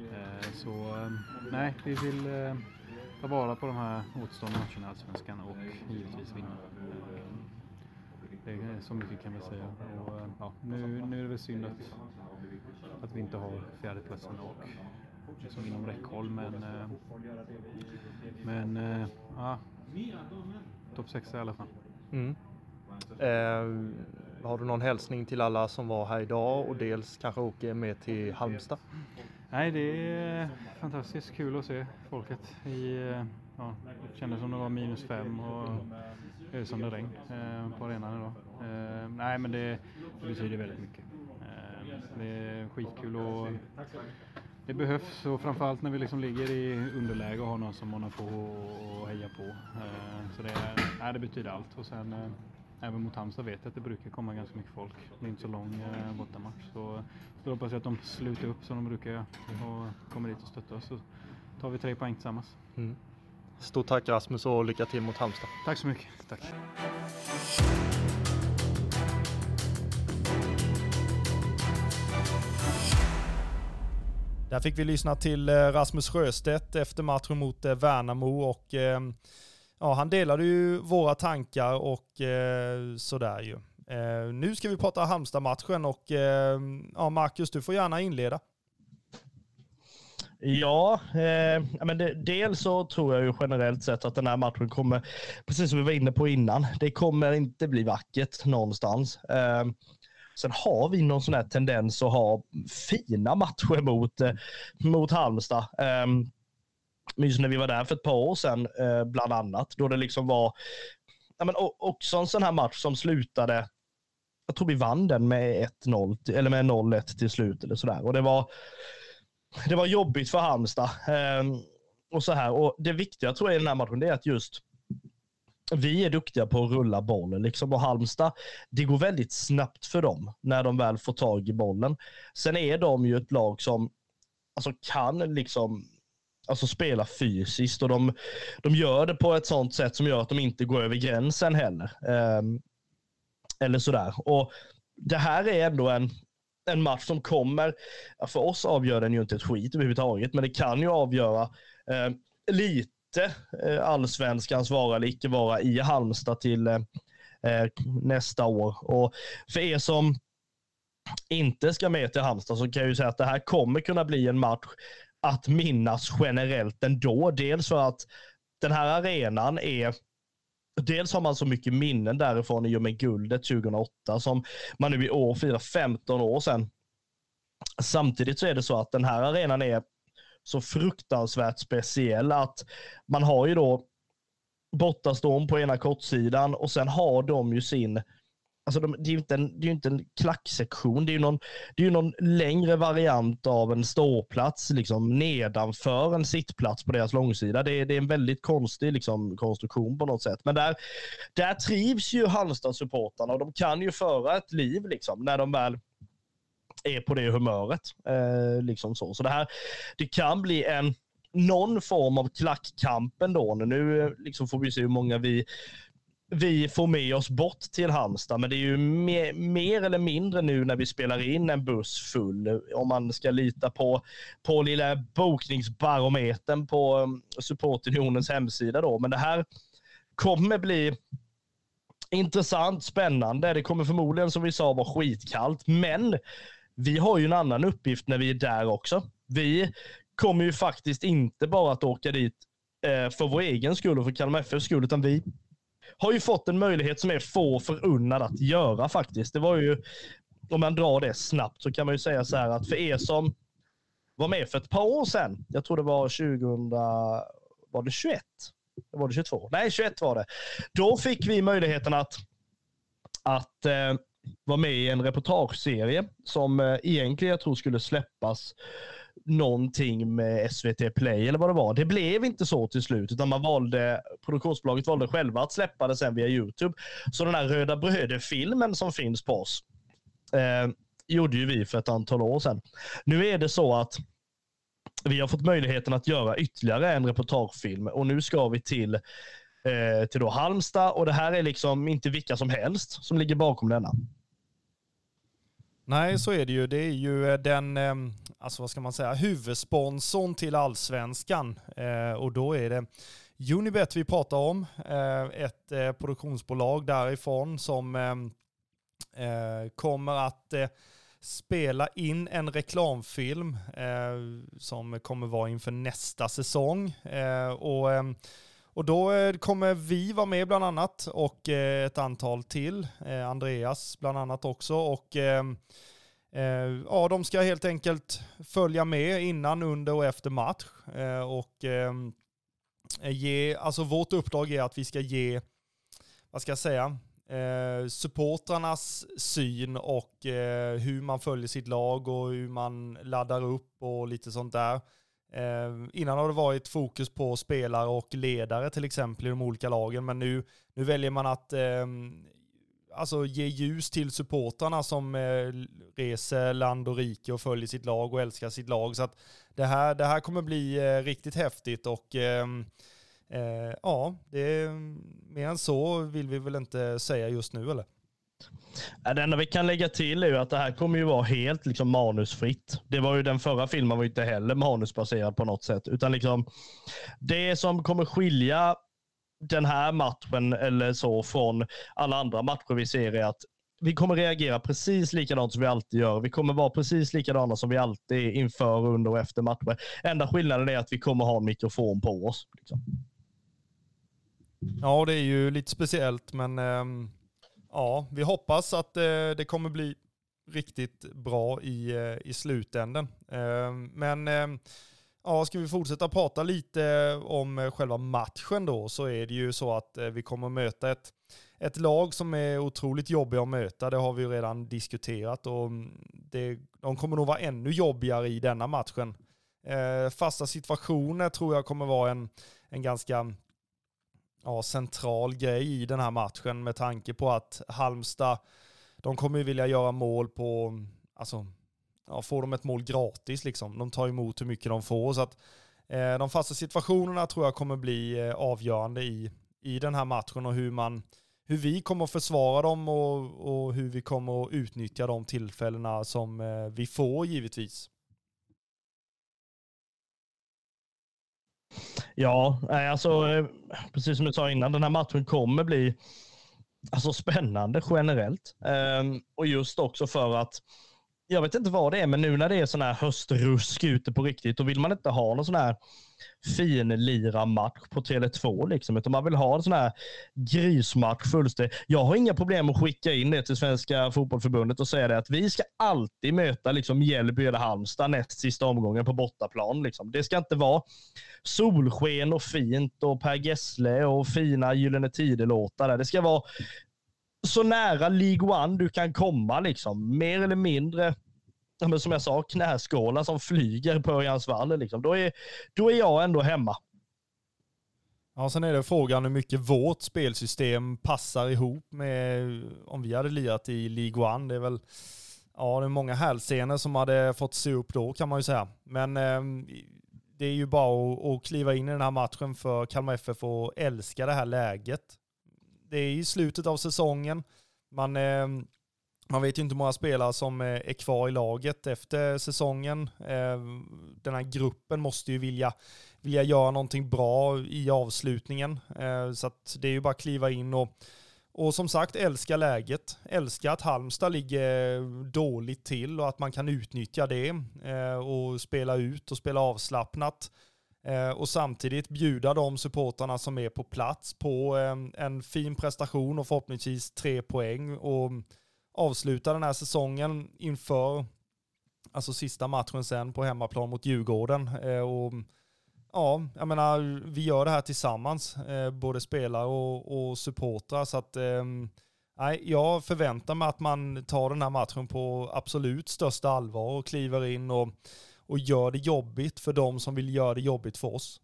F: Vi vill ta vara på de här återstående matcherna i Allsvenskan och givetvis vinna. Det är så mycket kan vi säga. Och, nu är det väl synd att vi inte har fjärdeplatsen och liksom inom räckhåll, men topp 6 i alla fall.
B: Har du någon hälsning till alla som var här idag och dels kanske åker med till Halmstad?
F: Nej, det är fantastiskt kul att se folket. Det kändes som det var -5 och ösande regn på arenan idag. Nej, men det betyder väldigt mycket. Det är skitkul och det behövs, och framförallt när vi liksom ligger i underläge och har någon som man får och heja på. Så det betyder allt. Och sen även mot Halmstad vet jag att det brukar komma ganska mycket folk. Det är inte så lång bortamatch. Så jag hoppas att de slutar upp som de brukar göra och kommer dit och stöttar oss. Så tar vi 3 poäng tillsammans.
B: Stort tack Rasmus och lycka till mot Halmstad.
F: Tack så mycket. Tack.
E: Där fick vi lyssna till Rasmus Sjöstedt efter matchen mot Värnamo, och han delade ju våra tankar och sådär ju. Nu ska vi prata Halmstad-matchen, och Marcus, du får gärna inleda.
C: Men dels så tror jag ju generellt sett att den här matchen kommer, precis som vi var inne på innan, det kommer inte bli vackert någonstans. Sen har vi någon sån här tendens att ha fina matcher mot Halmstad. Just när vi var där för ett par år sedan, bland annat, då det liksom var också en sån här match som slutade, jag tror vi vann den med 1-0 eller med 0-1 till slut eller sådär. Och det var jobbigt för Halmstad. Och så här. Och det viktiga tror jag i den här matchen, det är att just vi är duktiga på att rulla bollen. Liksom. Och Halmstad, det går väldigt snabbt för dem när de väl får tag i bollen. Sen är de ju ett lag som kan liksom spela fysiskt, och de gör det på ett sånt sätt som gör att de inte går över gränsen heller. Eller sådär. Och det här är ändå en match som kommer, för oss avgör den ju inte ett skit överhuvudtaget, men det kan ju avgöra lite allsvenskans vara eller icke vara i Halmstad till nästa år. Och för er som inte ska med till Halmstad så kan jag ju säga att det här kommer kunna bli en match att minnas generellt ändå. Dels för att den här arenan är dels har man så mycket minnen därifrån i och med guldet 2008 som man nu i år firar 15 år sedan. Samtidigt så är det så att den här arenan är så fruktansvärt speciell att man har ju då Bortastorm på ena kortsidan och sen har de ju sin, alltså det är ju inte en klacksektion, det är ju någon längre variant av en ståplats liksom nedanför en sittplats på deras långsida. Det är en väldigt konstig liksom konstruktion på något sätt. Men där trivs ju Halmstad-supportarna och de kan ju föra ett liv liksom när de väl är på det humöret. Liksom så det kan bli någon form av klackkamp ändå. Nu liksom får vi se hur många vi får med oss bort till Halmstad, men det är ju mer eller mindre nu när vi spelar in en buss full, om man ska lita på lilla bokningsbarometern på Supportunionens hemsida då. Men det här kommer bli intressant, spännande. Det kommer förmodligen, som vi sa, vara skitkallt, men vi har ju en annan uppgift när vi är där också. Vi kommer ju faktiskt inte bara att åka dit för vår egen skull och för Kalmar FFs skull, utan vi har ju fått en möjlighet som är få förunnad att göra faktiskt. Det var ju, om man drar det snabbt så kan man ju säga så här att för er som var med för ett par år sedan, jag tror det var 21? Var det 22? Nej, 21 var det. Då fick vi möjligheten att vara med i en reportageserie som egentligen jag tror skulle släppas någonting med SVT Play eller vad det var. Det blev inte så till slut, utan produktionsbolaget valde själva att släppa det sen via YouTube. Så den här Röda Bröder-filmen som finns på oss gjorde ju vi för ett antal år sedan. Nu är det så att vi har fått möjligheten att göra ytterligare en reportagefilm och nu ska vi till då Halmstad, och det här är liksom inte vilka som helst som ligger bakom denna.
E: Nej, så är det ju. Det är ju den, alltså vad ska man säga, huvudsponsorn till Allsvenskan. Och då är det Unibet vi pratar om. Ett produktionsbolag därifrån som kommer att spela in en reklamfilm som kommer vara inför nästa säsong. Och då kommer vi vara med bland annat och ett antal till. Andreas bland annat också. Och ja, de ska helt enkelt följa med innan, under och efter match. Alltså vårt uppdrag är att vi ska ge, vad ska jag säga, supportrarnas syn och hur man följer sitt lag och hur man laddar upp och lite sånt där. Innan har det varit fokus på spelare och ledare till exempel i de olika lagen, men nu väljer man att alltså ge ljus till supportrarna som reser land och rike och följer sitt lag och älskar sitt lag. Så att det här kommer bli riktigt häftigt och ja, mer än så vill vi väl inte säga just nu, eller?
C: Det enda vi kan lägga till är ju att det här kommer ju vara helt liksom manusfritt. Det var ju den förra filmen var ju inte heller manusbaserad på något sätt, utan liksom det som kommer skilja den här matchen eller så från alla andra matcher vi ser är att vi kommer reagera precis likadant som vi alltid gör. Vi kommer vara precis likadana som vi alltid är inför, under och efter matcher. Enda skillnaden är att vi kommer ha en mikrofon på oss. Liksom.
E: Ja, det är ju lite speciellt, men ja, vi hoppas att det kommer bli riktigt bra i slutänden. Men ja, ska vi fortsätta prata lite om själva matchen då, så är det ju så att vi kommer att möta ett lag som är otroligt jobbiga att möta. Det har vi ju redan diskuterat och de kommer nog vara ännu jobbigare i denna matchen. Fasta situationer tror jag kommer vara en ganska central grej i den här matchen, med tanke på att Halmstad, de kommer ju vilja göra mål på, alltså får de ett mål gratis liksom. De tar emot hur mycket de får, så att de fasta situationerna tror jag kommer bli avgörande i den här matchen, och hur vi kommer att försvara dem och hur vi kommer att utnyttja de tillfällena som vi får givetvis.
C: Ja, alltså precis som du sa innan, den här matchen kommer bli alltså spännande generellt. Och just också för att jag vet inte vad det är, men nu när det är sån här höstrusk ute på riktigt, då vill man inte ha någon sån här finlira-match på Tele2 liksom, utan man vill ha en sån här grismatch fullständigt. Jag har inga problem att skicka in det till Svenska fotbollförbundet och säga det att vi ska alltid möta liksom Mjällby eller Halmstad näst sista omgången på bortaplan. Liksom. Det ska inte vara solsken och fint och Per Gessle och fina Gyllene Tider-låtar där. Det ska vara så nära League One du kan komma, liksom. Mer eller mindre, men som jag sa, knäskålar som flyger på Örjansvall. Liksom. Då är jag ändå hemma.
E: Ja, sen är det frågan hur mycket vårt spelsystem passar ihop med om vi hade lirat i League One. Det är väl det är många hälsenor som hade fått se upp då, kan man ju säga. Men det är ju bara att kliva in i den här matchen för Kalmar FF och älska det här läget. Det är i slutet av säsongen. Man vet ju inte hur många spelare som är kvar i laget efter säsongen. Den här gruppen måste ju vilja göra någonting bra i avslutningen. Så att det är ju bara att kliva in och som sagt älska läget. Älska att Halmstad ligger dåligt till och att man kan utnyttja det och spela ut och spela avslappnat. Och samtidigt bjuda de supportarna som är på plats på en fin prestation och förhoppningsvis 3 poäng och avsluta den här säsongen inför alltså sista matchen sen på hemmaplan mot Djurgården. Och ja, jag menar, vi gör det här tillsammans, både spelare och supportrar, så att jag förväntar mig att man tar den här matchen på absolut största allvar och kliver in och gör det jobbigt för de som vill göra det jobbigt för oss.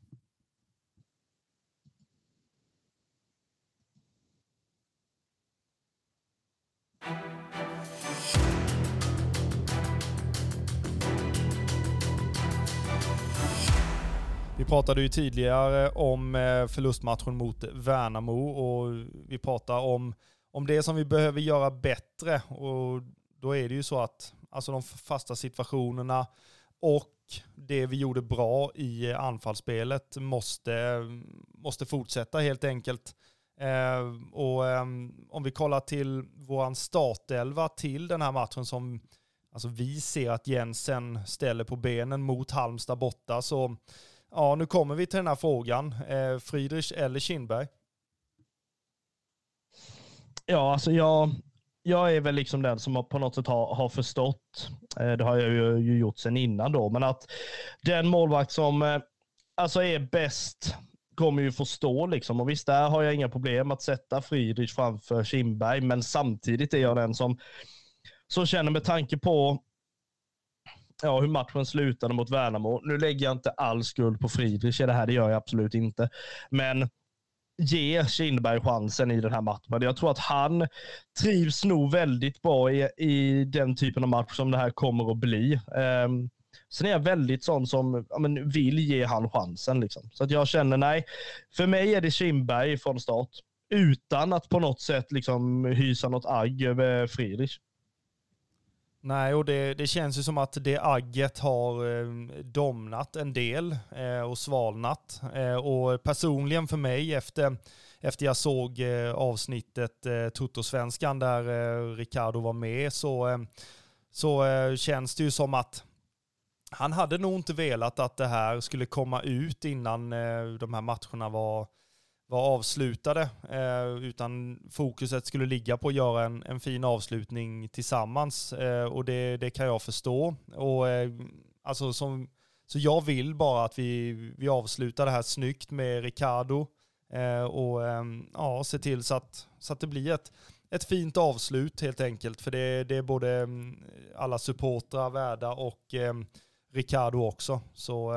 E: Vi pratade ju tidigare om förlustmatchen mot Värnamo och vi pratar om det som vi behöver göra bättre, och då är det ju så att alltså de fasta situationerna och det vi gjorde bra i anfallsspelet måste fortsätta helt enkelt. Om vi kollar till våran startelva till den här matchen som alltså vi ser att Jensen ställer på benen mot Halmstad borta, så ja, nu kommer vi till den här frågan. Friedrich eller Kindberg?
C: Ja, alltså jag är väl liksom den som på något sätt har förstått, det har jag ju gjort sedan innan då, men att den målvakt som alltså är bäst kommer ju förstå liksom, och visst där har jag inga problem att sätta Friedrich framför Kindberg, men samtidigt är jag den som känner med tanke på hur matchen slutade mot Värnamo. Nu lägger jag inte all skuld på Friedrich i det här, det gör jag absolut inte. Men ge Kindberg chansen i den här matchen. Jag tror att han trivs nog väldigt bra i den typen av match som det här kommer att bli. Sen är jag väldigt sån som vill ge han chansen. Liksom. Så att jag känner, nej, för mig är det Kindberg från start. Utan att på något sätt liksom hysa något agg över Friedrich.
E: Nej, och det känns ju som att det agget har domnat en del och svalnat. Och personligen för mig efter jag såg avsnittet Toto-svenskan där Ricardo var med, så känns det ju som att han hade nog inte velat att det här skulle komma ut innan de här matcherna var avslutade, utan fokuset skulle ligga på att göra en fin avslutning tillsammans, och det kan jag förstå. Och alltså så jag vill bara att vi avslutar det här snyggt med Ricardo och se till så att det blir ett fint avslut helt enkelt, för det är både alla supportrar värda och Ricardo också. Så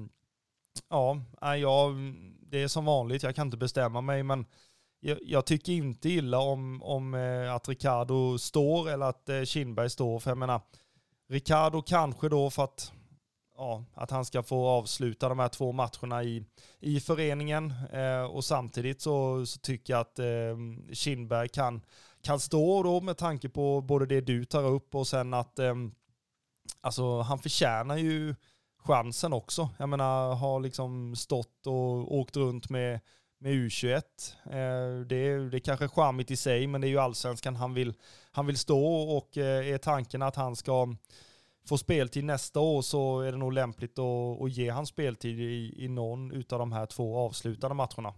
E: det är som vanligt, jag kan inte bestämma mig, men jag tycker inte illa om att Ricardo står eller att Kindberg står, för jag menar, Ricardo kanske då för att han ska få avsluta de här 2 matcherna i föreningen, och samtidigt så tycker jag att Kindberg kan stå då med tanke på både det du tar upp och sen att alltså han förtjänar ju chansen också. Jag menar, har liksom stått och åkt runt med U21. Det är kanske charmigt i sig, men det är ju allsvenskan han vill stå, och är tanken att han ska få speltid nästa år, så är det nog lämpligt att ge han speltid i någon utav de här 2 avslutade matcherna.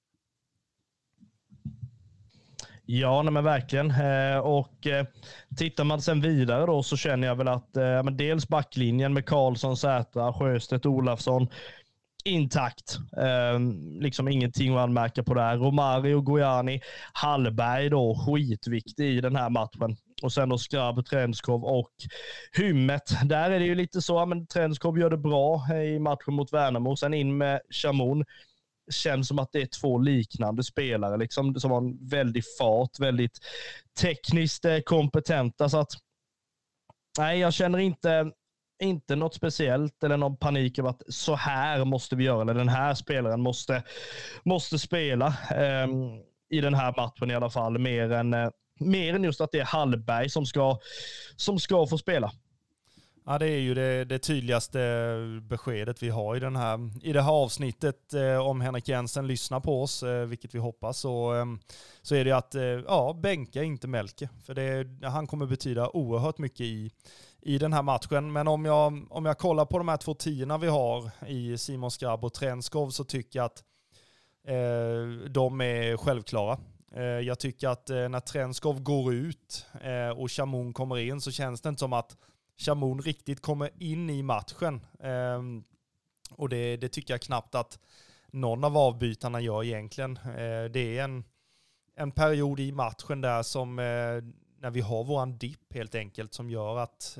C: Ja, nej men verkligen. Och tittar man sen vidare då, så känner jag väl att dels backlinjen med Karlsson, Sätra, Sjöstedt, Olafsson intakt. Liksom ingenting att anmärka på där. Romario, Gojani, Hallberg då skitviktig i den här matchen. Och sen då Skrabb, Trenskov och Hymmet. Där är det ju lite så, men Trenskov gör det bra i matchen mot Värnamo. Sen in med Chamoun. Känns som att det är 2 liknande spelare liksom, som har en väldig fart, väldigt tekniskt kompetenta. Så att nej, jag känner inte något speciellt eller någon panik över att så här måste vi göra, eller den här spelaren måste spela i den här matchen i alla fall, mer än just att det är Hallberg som ska få spela.
E: Ja, det är ju det tydligaste beskedet vi har i det här avsnittet. Om Henrik Jensen lyssnar på oss, vilket vi hoppas, så är det att bänka inte Melke. För han kommer betyda oerhört mycket i den här matchen. Men om jag kollar på de här 2 tiorna vi har i Simon Skrabb och Trenskov, så tycker jag att de är självklara. Jag tycker att när Trenskov går ut och Chamoun kommer in, så känns det inte som att Chamoun riktigt kommer in i matchen. Och det tycker jag knappt att någon av avbytarna gör egentligen. Det är en period i matchen där som när vi har våran dipp helt enkelt, som gör att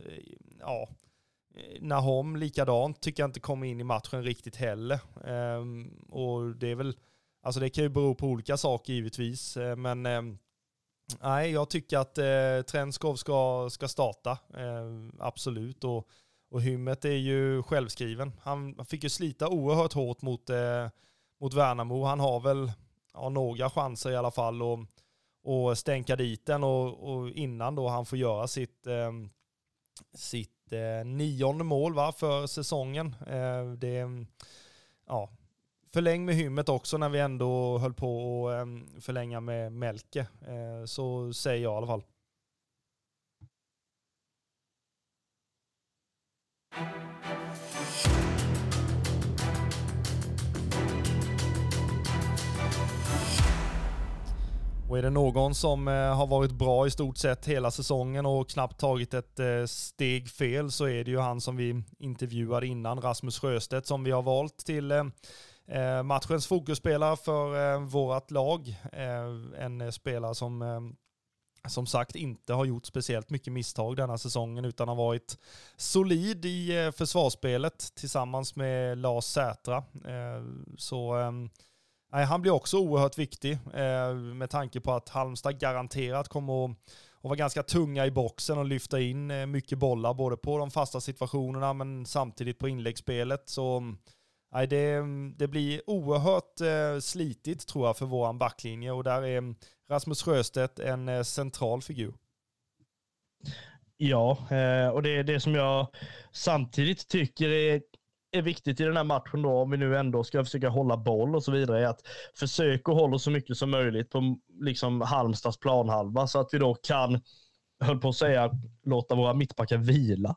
E: Nahom likadant tycker jag inte kommer in i matchen riktigt heller. Och det är väl, alltså det kan ju bero på olika saker givetvis, men nej, jag tycker att Trenskov ska starta, absolut. Och Hymmet är ju självskriven. Han fick ju slita oerhört hårt mot Värnamo. Han har väl några chanser i alla fall och stänka dit den, och innan då han får göra sitt 9:e mål för säsongen. Förläng med Hymmet också, när vi ändå höll på att förlänga med Melke. Så säger jag i alla fall. Och är det någon som har varit bra i stort sett hela säsongen och knappt tagit ett steg fel, så är det ju han som vi intervjuade innan, Rasmus Sjöstedt, som vi har valt till matchens fokusspelare för vårt lag. En spelare som sagt inte har gjort speciellt mycket misstag denna säsongen, utan har varit solid i försvarsspelet tillsammans med Lars Sätra. Han blir också oerhört viktig med tanke på att Halmstad garanterat kommer att vara ganska tunga i boxen och lyfta in mycket bollar både på de fasta situationerna men samtidigt på inläggsspelet. Så det blir oerhört slitigt tror jag för våran backlinje, och där är Rasmus Sjöstedt en central figur.
C: Ja, och det är det som jag samtidigt tycker är viktigt i den här matchen då, om vi nu ändå ska försöka hålla boll och så vidare, är att försöka hålla så mycket som möjligt på liksom Halmstads planhalva, så att vi då kan, höll på att säga, låta våra mittbackar vila.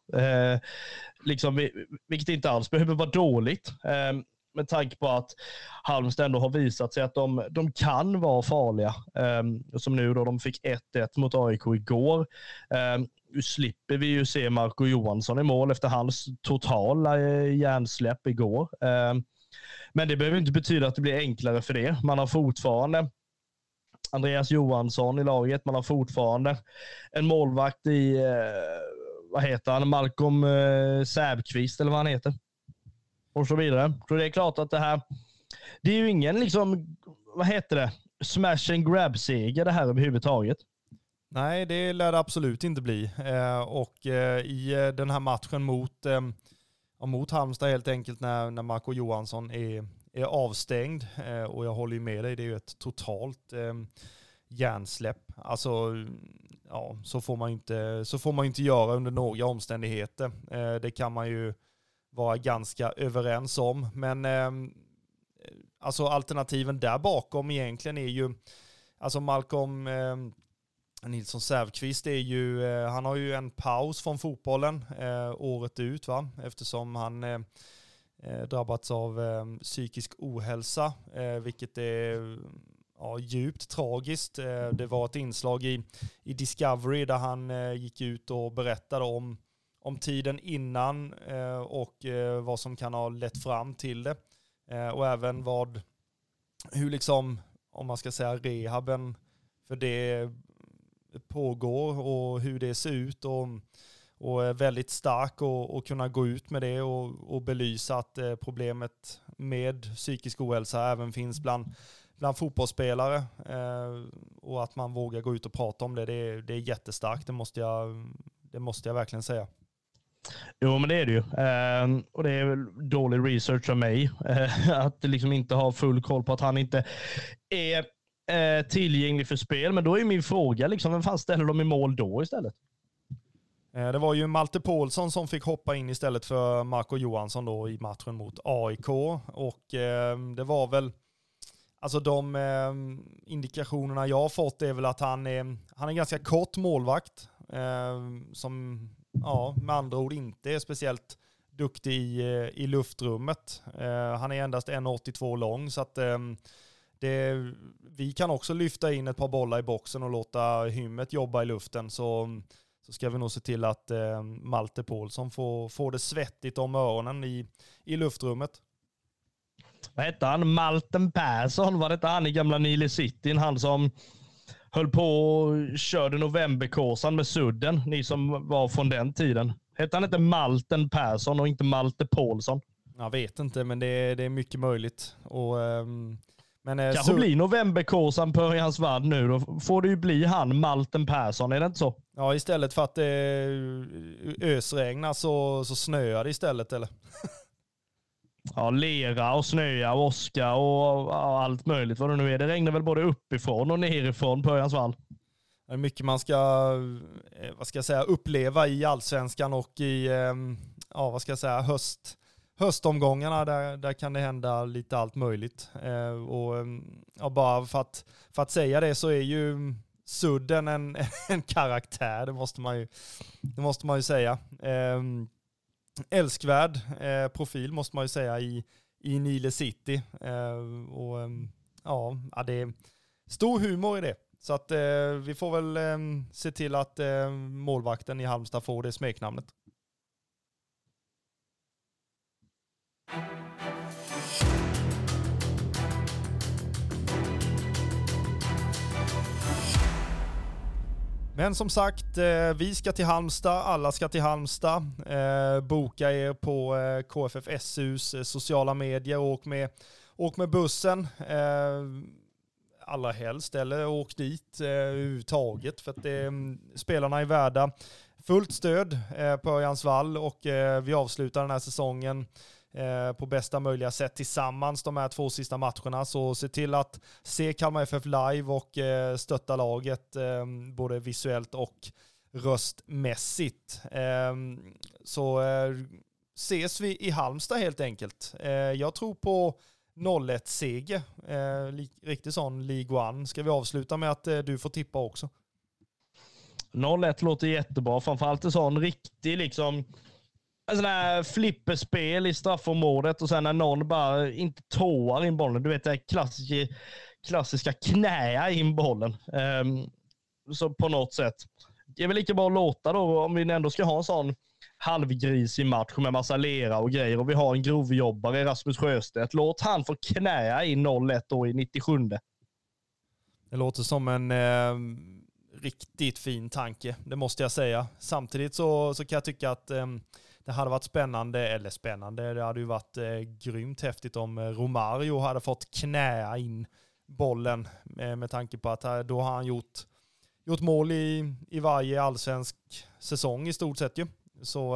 C: Vilket inte alls behöver vara dåligt. Med tanke på att Halmstad ändå har visat sig att de kan vara farliga. Som nu då de fick 1-1 mot AIK igår. Nu slipper vi ju se Marco Johansson i mål efter hans totala hjärnsläpp igår. Men det behöver inte betyda att det blir enklare för det. Man har fortfarande Andreas Johansson i laget. Man har fortfarande en målvakt i, vad heter han? Malcolm Säbqvist eller vad han heter. Och så vidare. Så det är klart att det är ju ingen liksom, vad heter det? Smash and grab-seger det här överhuvudtaget.
E: Nej, det lär det absolut inte bli. Och i den här matchen mot Halmstad helt enkelt, när Marco Johansson är avstängd, och jag håller ju med dig, det är ju ett totalt hjärnsläpp. Alltså, ja, så får man inte göra under några omständigheter. Det kan man ju vara ganska överens om. Men alltså alternativen där bakom egentligen är ju, alltså Malcolm Nilsson Säfqvist är ju, han har ju en paus från fotbollen året ut, va? Eftersom han drabbats av psykisk ohälsa, vilket är djupt tragiskt. Det var ett inslag i Discovery där han gick ut och berättade om tiden innan och vad som kan ha lett fram till det. Och även hur liksom, om man ska säga rehaben för det pågår och hur det ser ut och är väldigt stark och kunna gå ut med det och belysa att problemet med psykisk ohälsa även finns bland fotbollsspelare och att man vågar gå ut och prata om det. Det är jättestarkt, det måste jag verkligen säga.
C: Jo, men det är det ju. Och det är väl dålig research av mig att liksom inte ha full koll på att han inte är tillgänglig för spel. Men då är min fråga, liksom, vem fan ställer de i mål då istället?
E: Det var ju Malte Paulsson som fick hoppa in istället för Marco Johansson då i matchen mot AIK. Och det var väl, alltså de indikationerna jag har fått är väl att han är ganska kort målvakt som med andra ord inte är speciellt duktig i luftrummet. Han är endast 1,82 lång, så att vi kan också lyfta in ett par bollar i boxen och låta Hymmet jobba i luften, så ska vi nog se till att Malte Paulsson får det svettigt om öronen i luftrummet.
C: Vad hette han? Malten Persson? Var det inte han i gamla Nile City? Han som höll på och körde novemberkåsan med sudden. Ni som var från den tiden. Hette han inte Malten Persson och inte Malte Paulsson?
E: Jag vet inte, men det är mycket möjligt. Och,
C: kanske blir novemberkåsan på Örjans värld nu. Då får det ju bli han, Malten Persson. Är det inte så?
E: Ja, istället för att det ösregnar så snöar det istället, eller?
C: Ja, lera och snöa och åska och allt möjligt vad det nu är. Det regnar väl både uppifrån och nerifrån på Örjans vall.
E: Det är mycket man ska, uppleva i allsvenskan och i höstomgångarna. Där kan det hända lite allt möjligt. Bara för att säga det, så är ju sudden en karaktär. Det måste man ju säga. Älskvärd profil måste man ju säga i Nile City. Det är stor humor i det. Så att vi får väl se till att målvakten i Halmstad får det smeknamnet. Men som sagt, vi ska till Halmstad, alla ska till Halmstad. Boka er på KFF-SUs sociala medier och åk med bussen. Allra helst, eller åk dit överhuvudtaget, för att spelarna är värda fullt stöd på Örjans vall, och vi avslutar den här säsongen på bästa möjliga sätt tillsammans de här 2 sista matcherna. Så se till att se Kalmar FF live och stötta laget både visuellt och röstmässigt. Så ses vi i Halmstad helt enkelt. Jag tror på 0-1-seger. Riktigt sån League 1. Ska vi avsluta med att du får tippa också?
C: 0-1 låter jättebra. Framförallt en sån riktig liksom en sån här flipperspel i straffområdet, och sen när någon bara inte tåar in bollen. Du vet, det klassiska knäa in bollen. Så på något sätt. Det är väl lika bra att låta då, om vi ändå ska ha en sån halvgrisig match med massa lera och grejer, och vi har en grovjobbare, Rasmus Sjöstedt. Låt han få knäa in 0-1 då i 97.
E: Det låter som en riktigt fin tanke, det måste jag säga. Samtidigt så kan jag tycka att det hade varit spännande, det hade ju varit grymt häftigt om Romario hade fått knäa in bollen, med tanke på att då har han gjort mål i varje allsvensk säsong i stort sett ju. Så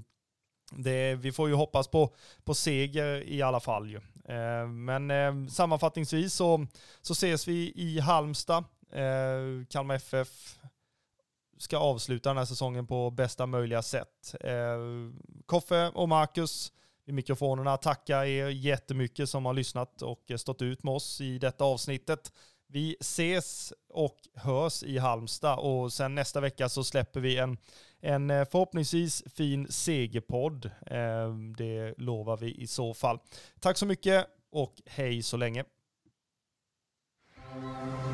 E: vi får ju hoppas på seger i alla fall ju. Men sammanfattningsvis så ses vi i Halmstad. Kalmar FF ska avsluta den här säsongen på bästa möjliga sätt. Koffe och Marcus, vid mikrofonerna tackar er jättemycket som har lyssnat och stått ut med oss i detta avsnittet. Vi ses och hörs i Halmstad och sen nästa vecka så släpper vi en förhoppningsvis fin segerpodd. Det lovar vi i så fall. Tack så mycket och hej så länge.